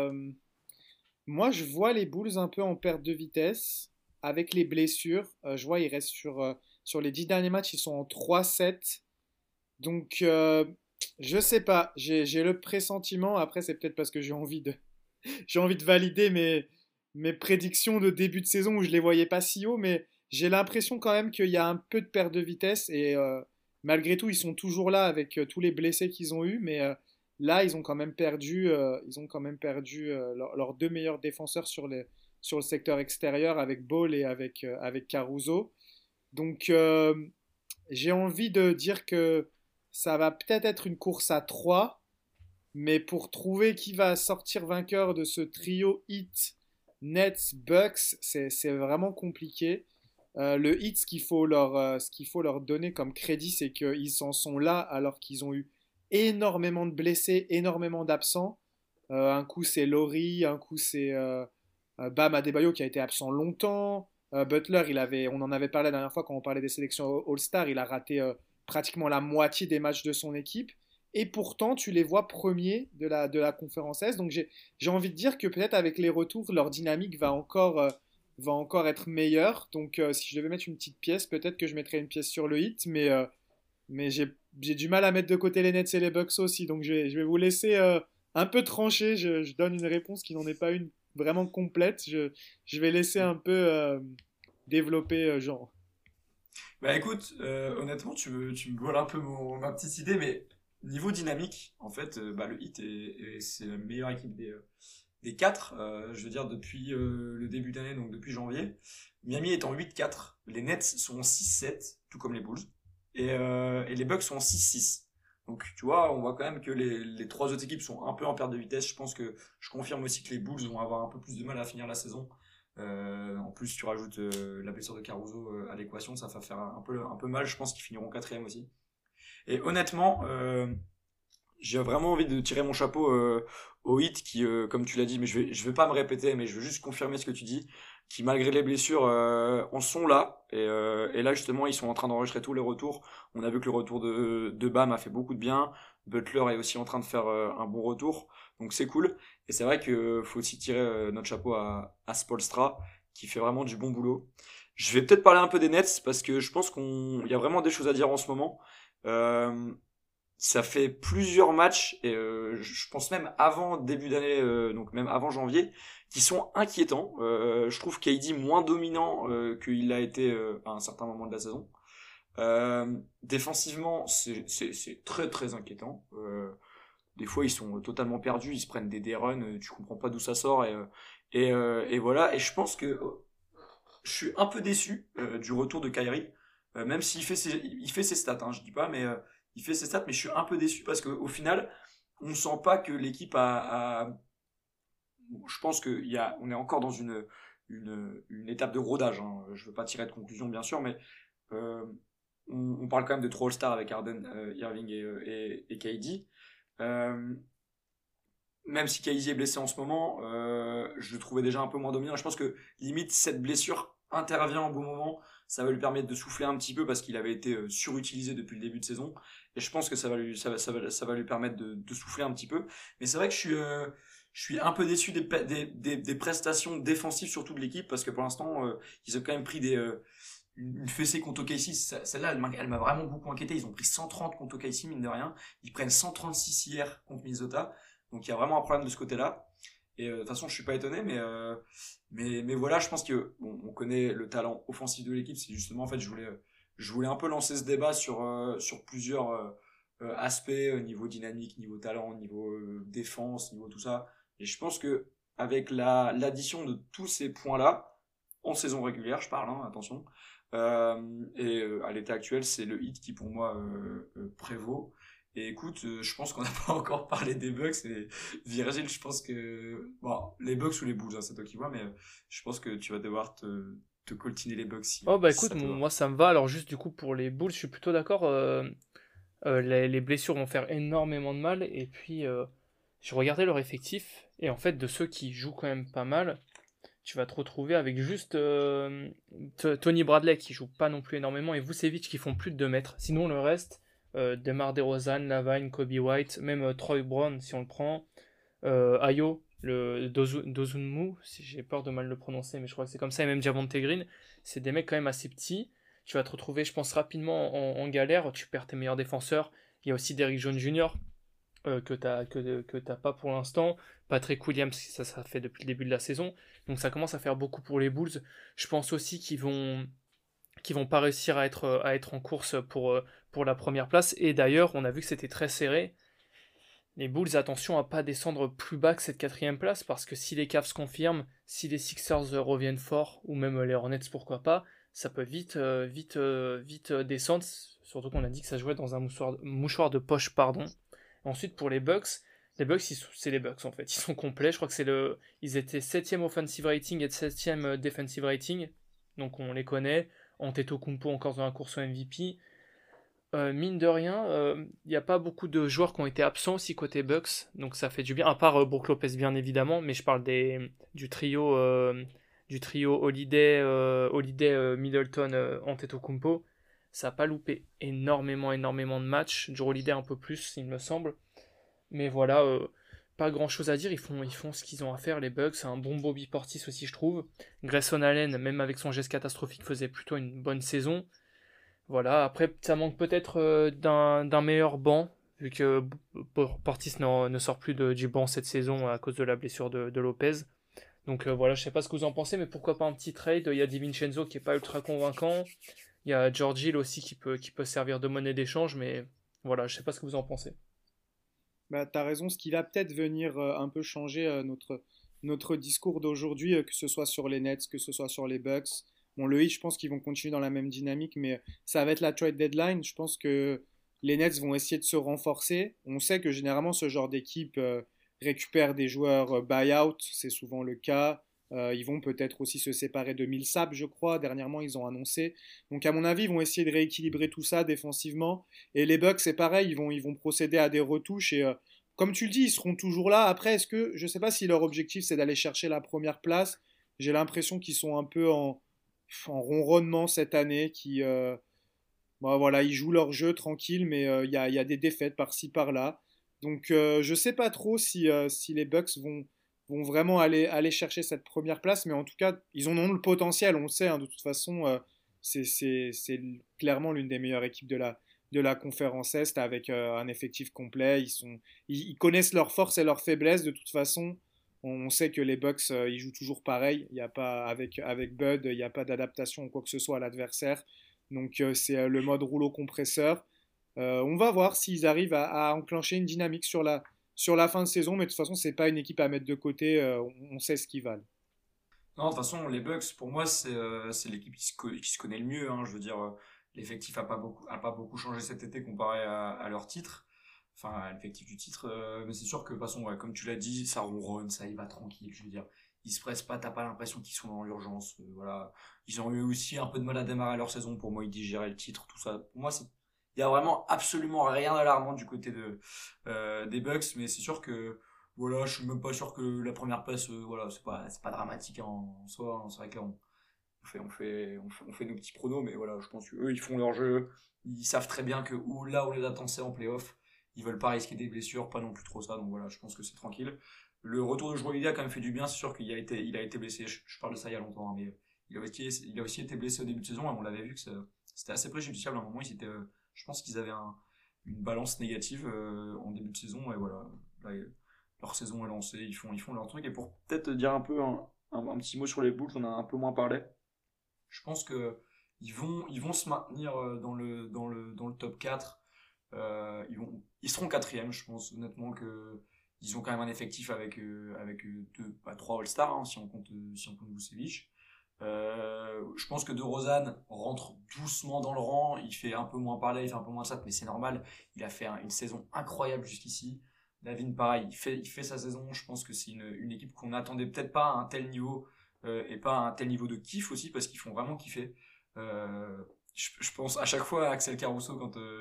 Moi, je vois les Bulls un peu en perte de vitesse avec les blessures. Je vois, ils restent sur les 10 derniers matchs, ils sont en 3-7. Donc, je sais pas, j'ai le pressentiment, après c'est peut-être parce que j'ai envie de valider mes prédictions de début de saison où je les voyais pas si haut, mais j'ai l'impression quand même qu'il y a un peu de perte de vitesse et malgré tout ils sont toujours là avec tous les blessés qu'ils ont eus, mais là ils ont quand même perdu leurs deux meilleurs défenseurs sur le secteur extérieur avec Ball et avec Caruso. Donc j'ai envie de dire que ça va peut-être être une course à 3, mais pour trouver qui va sortir vainqueur de ce trio Heat, Nets, Bucks, c'est vraiment compliqué. Le Heat, ce qu'il faut leur donner comme crédit, c'est qu'ils s'en sont là alors qu'ils ont eu énormément de blessés, énormément d'absents. Un coup c'est Laurie, un coup c'est Bam Adebayo qui a été absent longtemps. Butler, on en avait parlé la dernière fois quand on parlait des sélections All-Star, il a raté pratiquement la moitié des matchs de son équipe. Et pourtant, tu les vois premiers de la conférence Est. Donc j'ai envie de dire que peut-être avec les retours, leur dynamique va encore être meilleur. Donc, si je devais mettre une petite pièce, peut-être que je mettrais une pièce sur le Heat, mais j'ai du mal à mettre de côté les Nets et les Bucks aussi. Donc, je vais vous laisser un peu trancher. Je donne une réponse qui n'en est pas une vraiment complète. Je vais laisser un peu développer Jean. Bah écoute, honnêtement, tu me voles un peu ma petite idée, mais niveau dynamique, en fait, bah, le Heat c'est la meilleure équipe des quatre, je veux dire, depuis le début d'année, donc depuis janvier. Miami est en 8-4, les Nets sont en 6-7, tout comme les Bulls, et les Bucks sont en 6-6. Donc tu vois, on voit quand même que les trois autres équipes sont un peu en perte de vitesse. Je pense que je confirme aussi que les Bulls vont avoir un peu plus de mal à finir la saison. En plus, tu rajoutes la blessure de Caruso à l'équation, ça va faire un peu mal. Je pense qu'ils finiront quatrième aussi. Et honnêtement, j'ai vraiment envie de tirer mon chapeau au Heat qui, comme tu l'as dit, mais je vais pas me répéter, mais je veux juste confirmer ce que tu dis, qui malgré les blessures en sont là. Et là justement, ils sont en train d'enregistrer tous les retours. On a vu que le retour de Bam a fait beaucoup de bien. Butler est aussi en train de faire un bon retour, donc c'est cool. Et c'est vrai que faut aussi tirer notre chapeau à Spoelstra, qui fait vraiment du bon boulot. Je vais peut-être parler un peu des Nets parce que je pense qu'il y a vraiment des choses à dire en ce moment. Euh, Ça fait plusieurs matchs, et je pense même avant début d'année, donc même avant janvier, qui sont inquiétants. Je trouve KD moins dominant qu'il l'a été à un certain moment de la saison. Défensivement, c'est très très inquiétant. Des fois, ils sont totalement perdus, ils se prennent des runs, tu comprends pas d'où ça sort, et voilà. Et je pense que je suis un peu déçu du retour de Kyrie, même s'il il fait ses stats, hein, je dis pas, mais il fait ses stats, mais je suis un peu déçu parce qu'au final, on sent pas que l'équipe bon, je pense on est encore dans une étape de rodage, hein. Je veux pas tirer de conclusion, bien sûr, mais euh, on parle quand même de trois All-Stars avec Harden, Irving et KD. Euh, Même si KD est blessé en ce moment, je le trouvais déjà un peu moins dominant. Je pense que limite cette blessure intervient au bon moment. Ça va lui permettre de souffler un petit peu parce qu'il avait été surutilisé depuis le début de saison. Et je pense que ça va lui permettre de souffler un petit peu. Mais c'est vrai que je suis un peu déçu des prestations défensives, surtout de l'équipe, parce que pour l'instant, ils ont quand même pris une fessée contre OKC. Celle-là, elle m'a vraiment beaucoup inquiété. Ils ont pris 130 contre OKC, mine de rien. Ils prennent 136 hier contre Minnesota. Donc il y a vraiment un problème de ce côté-là. Et de toute façon, je suis pas étonné, mais voilà, je pense que bon, on connaît le talent offensif de l'équipe. C'est justement, en fait, je voulais un peu lancer ce débat sur plusieurs aspects, niveau dynamique, niveau talent, niveau défense, niveau tout ça. Et je pense que avec l'addition de tous ces points-là, en saison régulière, je parle, hein, attention, à l'état actuel, c'est le hit qui pour moi prévaut. Et écoute, je pense qu'on n'a pas encore parlé des Bucks. Et Virgile, je pense que bon, les Bucks ou les Bulls, hein, c'est toi qui vois, mais je pense que tu vas devoir te coltiner les Bucks Oh bah si écoute, ça te va. moi ça me va. Alors juste du coup pour les Bulls, je suis plutôt d'accord. Les blessures vont faire énormément de mal. Et puis je regardais leur effectif. Et en fait de ceux qui jouent quand même pas mal, tu vas te retrouver avec juste Tony Bradley qui joue pas non plus énormément et Vucevic qui font plus de 2 mètres. Sinon le reste, DeMar DeRozan, Lavine, Kobe White, même Troy Brown si on le prend, Ayo, le Dozunmu, si j'ai peur de mal le prononcer, mais je crois que c'est comme ça, et même Javonte Green, c'est des mecs quand même assez petits. Tu vas te retrouver, je pense, rapidement en galère. Tu perds tes meilleurs défenseurs. Il y a aussi Derrick Jones Jr. Que t'as pas pour l'instant. Patrick Williams, ça fait depuis le début de la saison. Donc ça commence à faire beaucoup pour les Bulls. Je pense aussi qu'ils vont pas réussir à être en course pour la première place. Et d'ailleurs, on a vu que c'était très serré. Les Bulls, attention à pas descendre plus bas que cette quatrième place, parce que si les Cavs se confirment, si les Sixers reviennent fort, ou même les Hornets, pourquoi pas, ça peut vite descendre, surtout qu'on a dit que ça jouait dans un mouchoir de poche, pardon. Ensuite, pour les Bucks, c'est les Bucks en fait, ils sont complets, je crois que ils étaient 7ème offensive rating et 7ème defensive rating, donc on les connaît, Antetokounmpo encore dans la course au MVP. Mine de rien, il n'y a pas beaucoup de joueurs qui ont été absents aussi côté Bucks, donc ça fait du bien, à part Brook Lopez bien évidemment, mais je parle du trio Holiday Middleton, Antetokounmpo. Ça n'a pas loupé énormément de matchs, du Holiday un peu plus il me semble, mais voilà, pas grand chose à dire, ils font ce qu'ils ont à faire, les Bucks. C'est un bon Bobby Portis aussi, je trouve. Grayson Allen, même avec son geste catastrophique, faisait plutôt une bonne saison. Voilà, après, ça manque peut-être d'un meilleur banc, vu que Portis ne sort plus du banc cette saison à cause de la blessure de Lopez. Donc voilà, je sais pas ce que vous en pensez, mais pourquoi pas un petit trade. Il y a DiVincenzo qui est pas ultra convaincant. Il y a George Hill aussi qui peut servir de monnaie d'échange, mais voilà, je sais pas ce que vous en pensez. Bah, tu as raison, ce qui va peut-être venir un peu changer notre discours d'aujourd'hui, que ce soit sur les Nets, que ce soit sur les Bucks. Bon, le Heat, je pense qu'ils vont continuer dans la même dynamique, mais ça va être la trade deadline. Je pense que les Nets vont essayer de se renforcer. On sait que généralement, ce genre d'équipe récupère des joueurs buyout, c'est souvent le cas. Ils vont peut-être aussi se séparer de Millsap, je crois. Dernièrement, ils ont annoncé. Donc, à mon avis, ils vont essayer de rééquilibrer tout ça défensivement. Et les Bucks, c'est pareil, ils vont procéder à des retouches. Et comme tu le dis, ils seront toujours là. Après, je ne sais pas si leur objectif, c'est d'aller chercher la première place. J'ai l'impression qu'ils sont un peu en ronronnement cette année. Bon, voilà, ils jouent leur jeu tranquille, mais il y a des défaites par-ci, par-là. Donc, je ne sais pas trop si les Bucks vont vraiment aller chercher cette première place, mais en tout cas, ils en ont le potentiel, on le sait, hein, de toute façon, c'est clairement l'une des meilleures équipes de la conférence Est avec un effectif complet. Ils connaissent leurs forces et leurs faiblesses, de toute façon. On sait que les Bucks, ils jouent toujours pareil. Il y a pas, avec Bud, il n'y a pas d'adaptation ou quoi que ce soit à l'adversaire. Donc, c'est le mode rouleau compresseur. On va voir s'ils arrivent à enclencher une dynamique sur la fin de saison, mais de toute façon, c'est pas une équipe à mettre de côté. On sait ce qu'ils valent. Non, de toute façon, les Bucks, pour moi, c'est l'équipe qui se connaît le mieux, hein. Je veux dire, l'effectif a pas beaucoup changé cet été comparé à leur titre. Enfin, à l'effectif du titre. Mais c'est sûr que, de toute façon, ouais, comme tu l'as dit, ça ronronne, ça y va tranquille. Je veux dire, ils se pressent pas, t'as pas l'impression qu'ils sont dans l'urgence. Voilà. Ils ont eu aussi un peu de mal à démarrer leur saison. Pour moi, ils digéraient le titre, tout ça. Pour moi, il y a vraiment absolument rien d'alarmant du côté des Bucks. Mais c'est sûr que, voilà, je suis même pas sûr que la première place, voilà, c'est pas dramatique en soi, hein. C'est vrai que là, on fait nos petits pronos, mais voilà, je pense qu'eux, ils font leur jeu. Ils savent très bien que là où les attend, c'est en playoff. Ils veulent pas risquer des blessures, pas non plus trop ça, donc voilà, je pense que c'est tranquille. Le retour de Joao a quand même fait du bien, c'est sûr qu'il a été blessé, je parle de ça il y a longtemps, hein, mais il a aussi été blessé au début de saison, et on l'avait vu que c'était assez préjudiciable. À un moment, je pense qu'ils avaient une balance négative en début de saison, et voilà, là, leur saison est lancée, ils font leur truc. Et pour peut-être dire un peu un petit mot sur les Bulls, on en a un peu moins parlé. Je pense que ils vont se maintenir dans le top 4. Ils seront quatrième, je pense honnêtement que ils ont quand même un effectif avec trois All-Stars, hein, si on compte Vucevic. Je pense que DeRozan rentre doucement dans le rang. Il fait un peu moins parler, il fait un peu moins ça, mais c'est normal. Il a fait une saison incroyable jusqu'ici. David, pareil, il fait sa saison. Je pense que c'est une équipe qu'on n'attendait peut-être pas à un tel niveau, et pas à un tel niveau de kiff aussi, parce qu'ils font vraiment kiffer. Je pense à chaque fois à Axel Caruso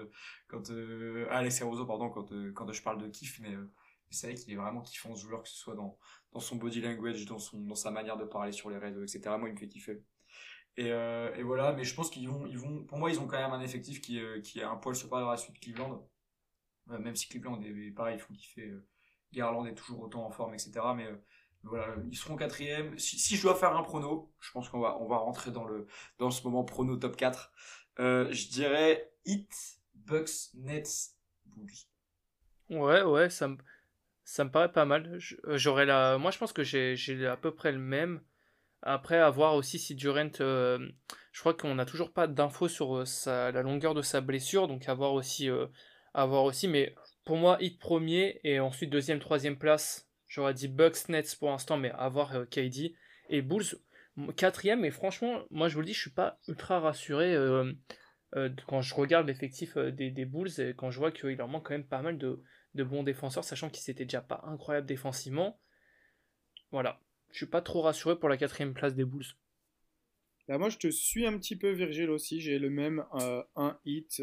à Alex Caruso, pardon, quand je parle de kiff, mais c'est vrai qu'il est vraiment kiffant ce joueur, que ce soit dans son body language, dans sa manière de parler sur les réseaux, etc. Moi, il me fait kiffer. Et voilà, mais je pense pour moi, ils ont quand même un effectif qui est un poil supérieur à celui de Cleveland. Même si Cleveland est pareil, ils font kiffer. Garland est toujours autant en forme, etc. Mais voilà, ils seront quatrième. Si je dois faire un prono, je pense qu'on va rentrer dans ce moment prono top 4. Je dirais Heat, Bucks, Nets, Bulls. Ouais, ouais, ça me paraît pas mal. Moi, je pense que j'ai à peu près le même. Après, à voir aussi si Durant. Je crois qu'on n'a toujours pas d'infos sur la longueur de sa blessure, donc à voir aussi. Mais pour moi, hit premier et ensuite deuxième, troisième place. J'aurais dit Bucks, Nets pour l'instant, mais à voir KD. Et Bulls, quatrième, et franchement, moi je vous le dis, je suis pas ultra rassuré quand je regarde l'effectif des Bulls et quand je vois qu'il leur manque quand même pas mal de bons défenseurs, sachant qu'ils étaient déjà pas incroyables défensivement. Voilà. Je suis pas trop rassuré pour la quatrième place des Bulls. Là, moi, je te suis un petit peu, Virgile aussi. J'ai le même un hit,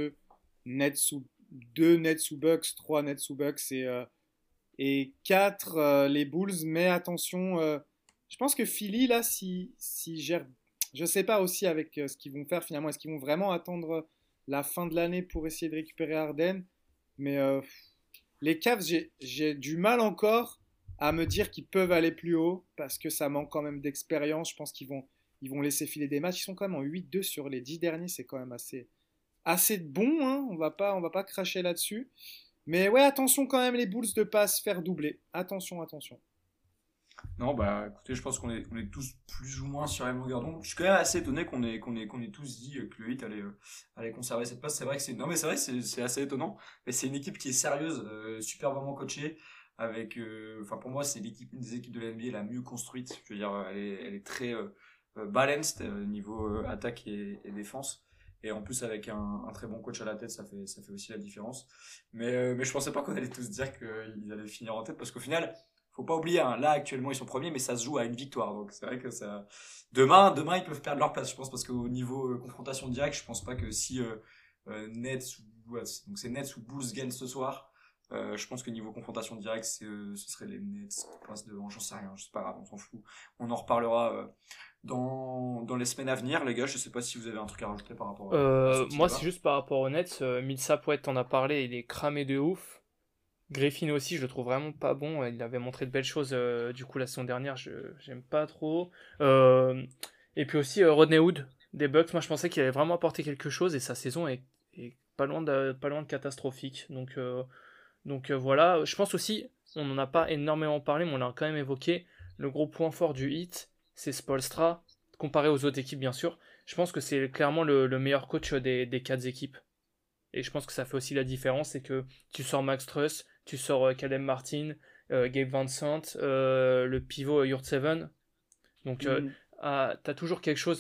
deux Nets ou Bucks, trois Nets ou Bucks et quatre les Bulls. Mais attention, je pense que Philly, là, si gère. Je sais pas aussi avec ce qu'ils vont faire finalement. Est-ce qu'ils vont vraiment attendre la fin de l'année pour essayer de récupérer Harden? Mais Les Cavs, j'ai du mal encore à me dire qu'ils peuvent aller plus haut parce que ça manque quand même d'expérience. Je pense ils vont laisser filer des matchs. Ils sont quand même en 8-2 sur les 10 derniers. C'est quand même assez bon. Hein. On va pas cracher là-dessus. Mais ouais, attention quand même les Bulls de pas se faire doubler. Attention, attention. Non, bah écoutez, je pense qu'on est tous plus ou moins sur la même longueur d'onde. Je suis quand même assez étonné qu'on ait tous dit que le Heat allait conserver cette place. C'est vrai que c'est, non mais c'est vrai, c'est assez étonnant. Mais c'est une équipe qui est sérieuse, super vraiment coachée. Avec, enfin pour moi, c'est une des équipes de la NBA la mieux construite. Je veux dire, elle est très balanced niveau attaque et défense. Et en plus, avec un très bon coach à la tête, ça fait aussi la différence. Mais je pensais pas qu'on allait tous dire qu'ils allaient finir en tête parce qu'au final, faut pas oublier, hein, là actuellement ils sont premiers, mais ça se joue à une victoire. Donc c'est vrai que ça. Demain ils peuvent perdre leur place, je pense, parce qu'au niveau confrontation directe, je pense pas que si Nets ou ouais, donc c'est Nets ou Bulls gagnent ce soir, je pense que niveau confrontation directe, ce serait les Nets qui passent devant. J'en sais rien, c'est pas grave, on s'en fout. On en reparlera dans les semaines à venir, les gars. Je sais pas si vous avez un truc à rajouter par rapport à ce petit Moi, débat. c'est juste par rapport aux Nets. Millsap, ouais, t'en as parlé, il est cramé de ouf. Griffin aussi, je le trouve vraiment pas bon. Il avait montré de belles choses du coup la saison dernière, j'aime pas trop. Et puis aussi Rodney Hood des Bucks, moi je pensais qu'il allait vraiment apporter quelque chose et sa saison est pas loin de catastrophique. Voilà, je pense aussi, on n'en a pas énormément parlé, mais on l'a quand même évoqué. Le gros point fort du Heat, c'est Spoelstra, comparé aux autres équipes bien sûr. Je pense que c'est clairement le meilleur coach des quatre équipes. Et je pense que ça fait aussi la différence, c'est que tu sors Max Truss, tu sors Caleb Martin, Gabe Vincent, le pivot Yurtseven. Donc Mhm. t'as toujours quelque chose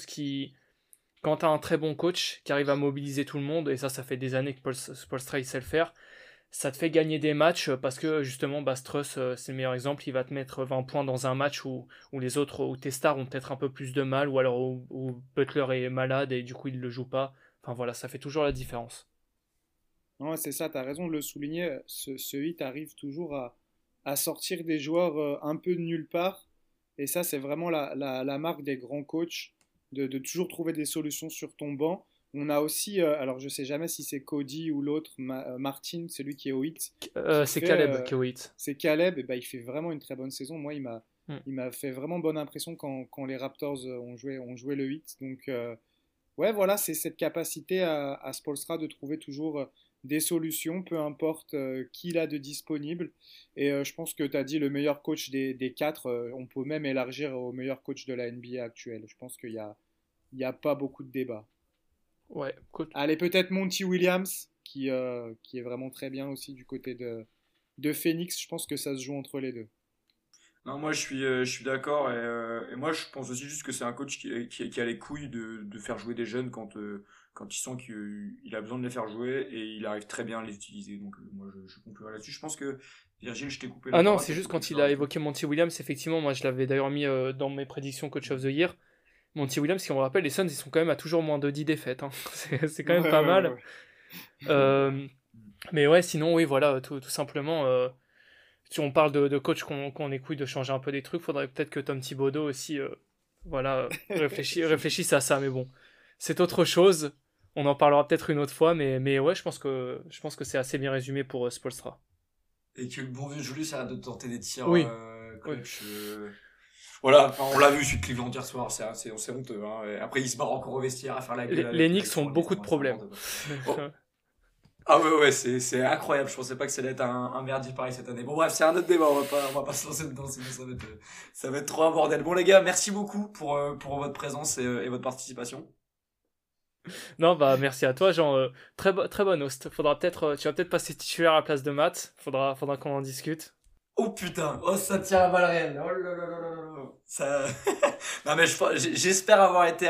quand t'as un très bon coach qui arrive à mobiliser tout le monde, et ça fait des années que Spoelstra il sait le faire, ça te fait gagner des matchs parce que justement Truss, c'est le meilleur exemple, il va te mettre 20 points dans un match où les autres, où tes stars ont peut-être un peu plus de mal, ou alors où Butler est malade et du coup il ne le joue pas. Enfin voilà, ça fait toujours la différence. Non, c'est ça, tu as raison de le souligner. Ce hit arrive toujours à sortir des joueurs un peu de nulle part. Et ça, c'est vraiment la marque des grands coachs, de toujours trouver des solutions sur ton banc. On a aussi, alors je sais jamais si c'est Cody ou l'autre, Martin, celui qui est au hit, qui C'est fait, Caleb qui est au hit. c'est Caleb, et ben, il fait vraiment une très bonne saison. Moi, Hmm. il m'a fait vraiment bonne impression quand les Raptors ont joué le hit. Donc, ouais, voilà, c'est cette capacité à Spoelstra de trouver toujours des solutions, peu importe qui il a de disponible. Et je pense que tu as dit le meilleur coach des quatre. On peut même élargir au meilleur coach de la NBA actuelle. Je pense il y a pas beaucoup de débat. Ouais, coach. Allez, peut-être Monty Williams, qui est vraiment très bien aussi du côté de Phoenix. Je pense que ça se joue entre les deux. Non, moi je suis d'accord et moi je pense aussi juste que c'est un coach qui a les couilles de faire jouer des jeunes quand il sent qu'il a besoin de les faire jouer et il arrive très bien à les utiliser. Donc moi je conclurai là-dessus. Je pense que Virgile, je t'ai coupé Ah la non, parole, c'est peut-être juste que quelque quand chose il à a rajouter. évoqué Monty Williams, effectivement, moi je l'avais d'ailleurs mis dans mes prédictions Coach of the Year. Monty Williams, si on me rappelle, les Suns, ils sont quand même à toujours moins de 10 défaites, hein. C'est quand Ouais, même pas ouais, mal. ouais, Euh, mais ouais, sinon, oui, voilà, tout simplement. Si on parle de coach qu'on ait couilles de changer un peu des trucs, faudrait peut-être que Tom Thibodeau aussi, voilà, ouais. réfléchisse à ça. Mais bon, c'est autre chose. On en parlera peut-être une autre fois, mais ouais, je pense que c'est assez bien résumé pour Spoelstra. Et que le bon vieux Julius arrête de tenter des tirs Oui, oui. clutch. Voilà, enfin, on l'a vu celui de Cleveland hier soir, c'est honteux. Hein. Et après il se barre encore au vestiaire à faire la gueule Les avec, Knicks ont 3 litres. beaucoup de Moi, c'est problèmes. n'importe quoi. Oh. Ah ouais, c'est incroyable. Je pensais pas que ça allait être un merdier pareil cette année. Bon bref, c'est un autre débat. On va pas se lancer dedans, sinon ça va être trop un bordel. Bon les gars, merci beaucoup pour votre présence et votre participation. Non, bah merci à toi, Jean. Très bon host. Tu vas peut-être passer titulaire à la place de Matt. Faudra qu'on en discute. Oh putain, oh ça tire à balles réelles. Oh là là là là là là. Ça. Non mais j'espère avoir été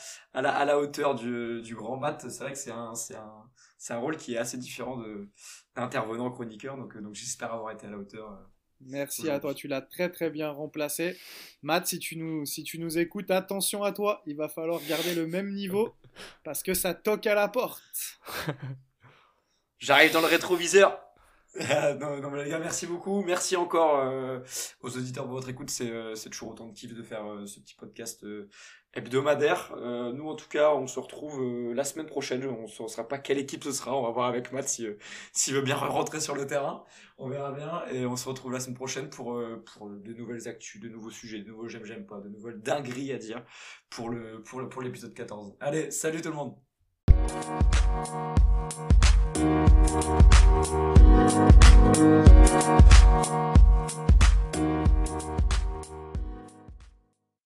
à la hauteur du grand Matt. C'est vrai que c'est un rôle qui est assez différent d'intervenant chroniqueur. Donc j'espère avoir été à la hauteur Merci à toi, aujourd'hui. tu l'as très très bien remplacé. Matt, si tu nous écoutes, attention à toi, il va falloir garder le même niveau parce que ça toque à la porte. J'arrive dans le rétroviseur. Non, non, mais les gars, merci beaucoup. Merci encore aux auditeurs pour votre écoute. C'est toujours autant de kiff de faire ce petit podcast hebdomadaire. Nous, en tout cas, on se retrouve la semaine prochaine. On ne saura pas quelle équipe ce sera. On va voir avec Matt s'il veut bien rentrer sur le terrain. On verra bien. Et on se retrouve la semaine prochaine pour de nouvelles actus, de nouveaux sujets, de nouveaux j'aime pas, de nouvelles dingueries à dire pour l'épisode 14. Allez, salut tout le monde!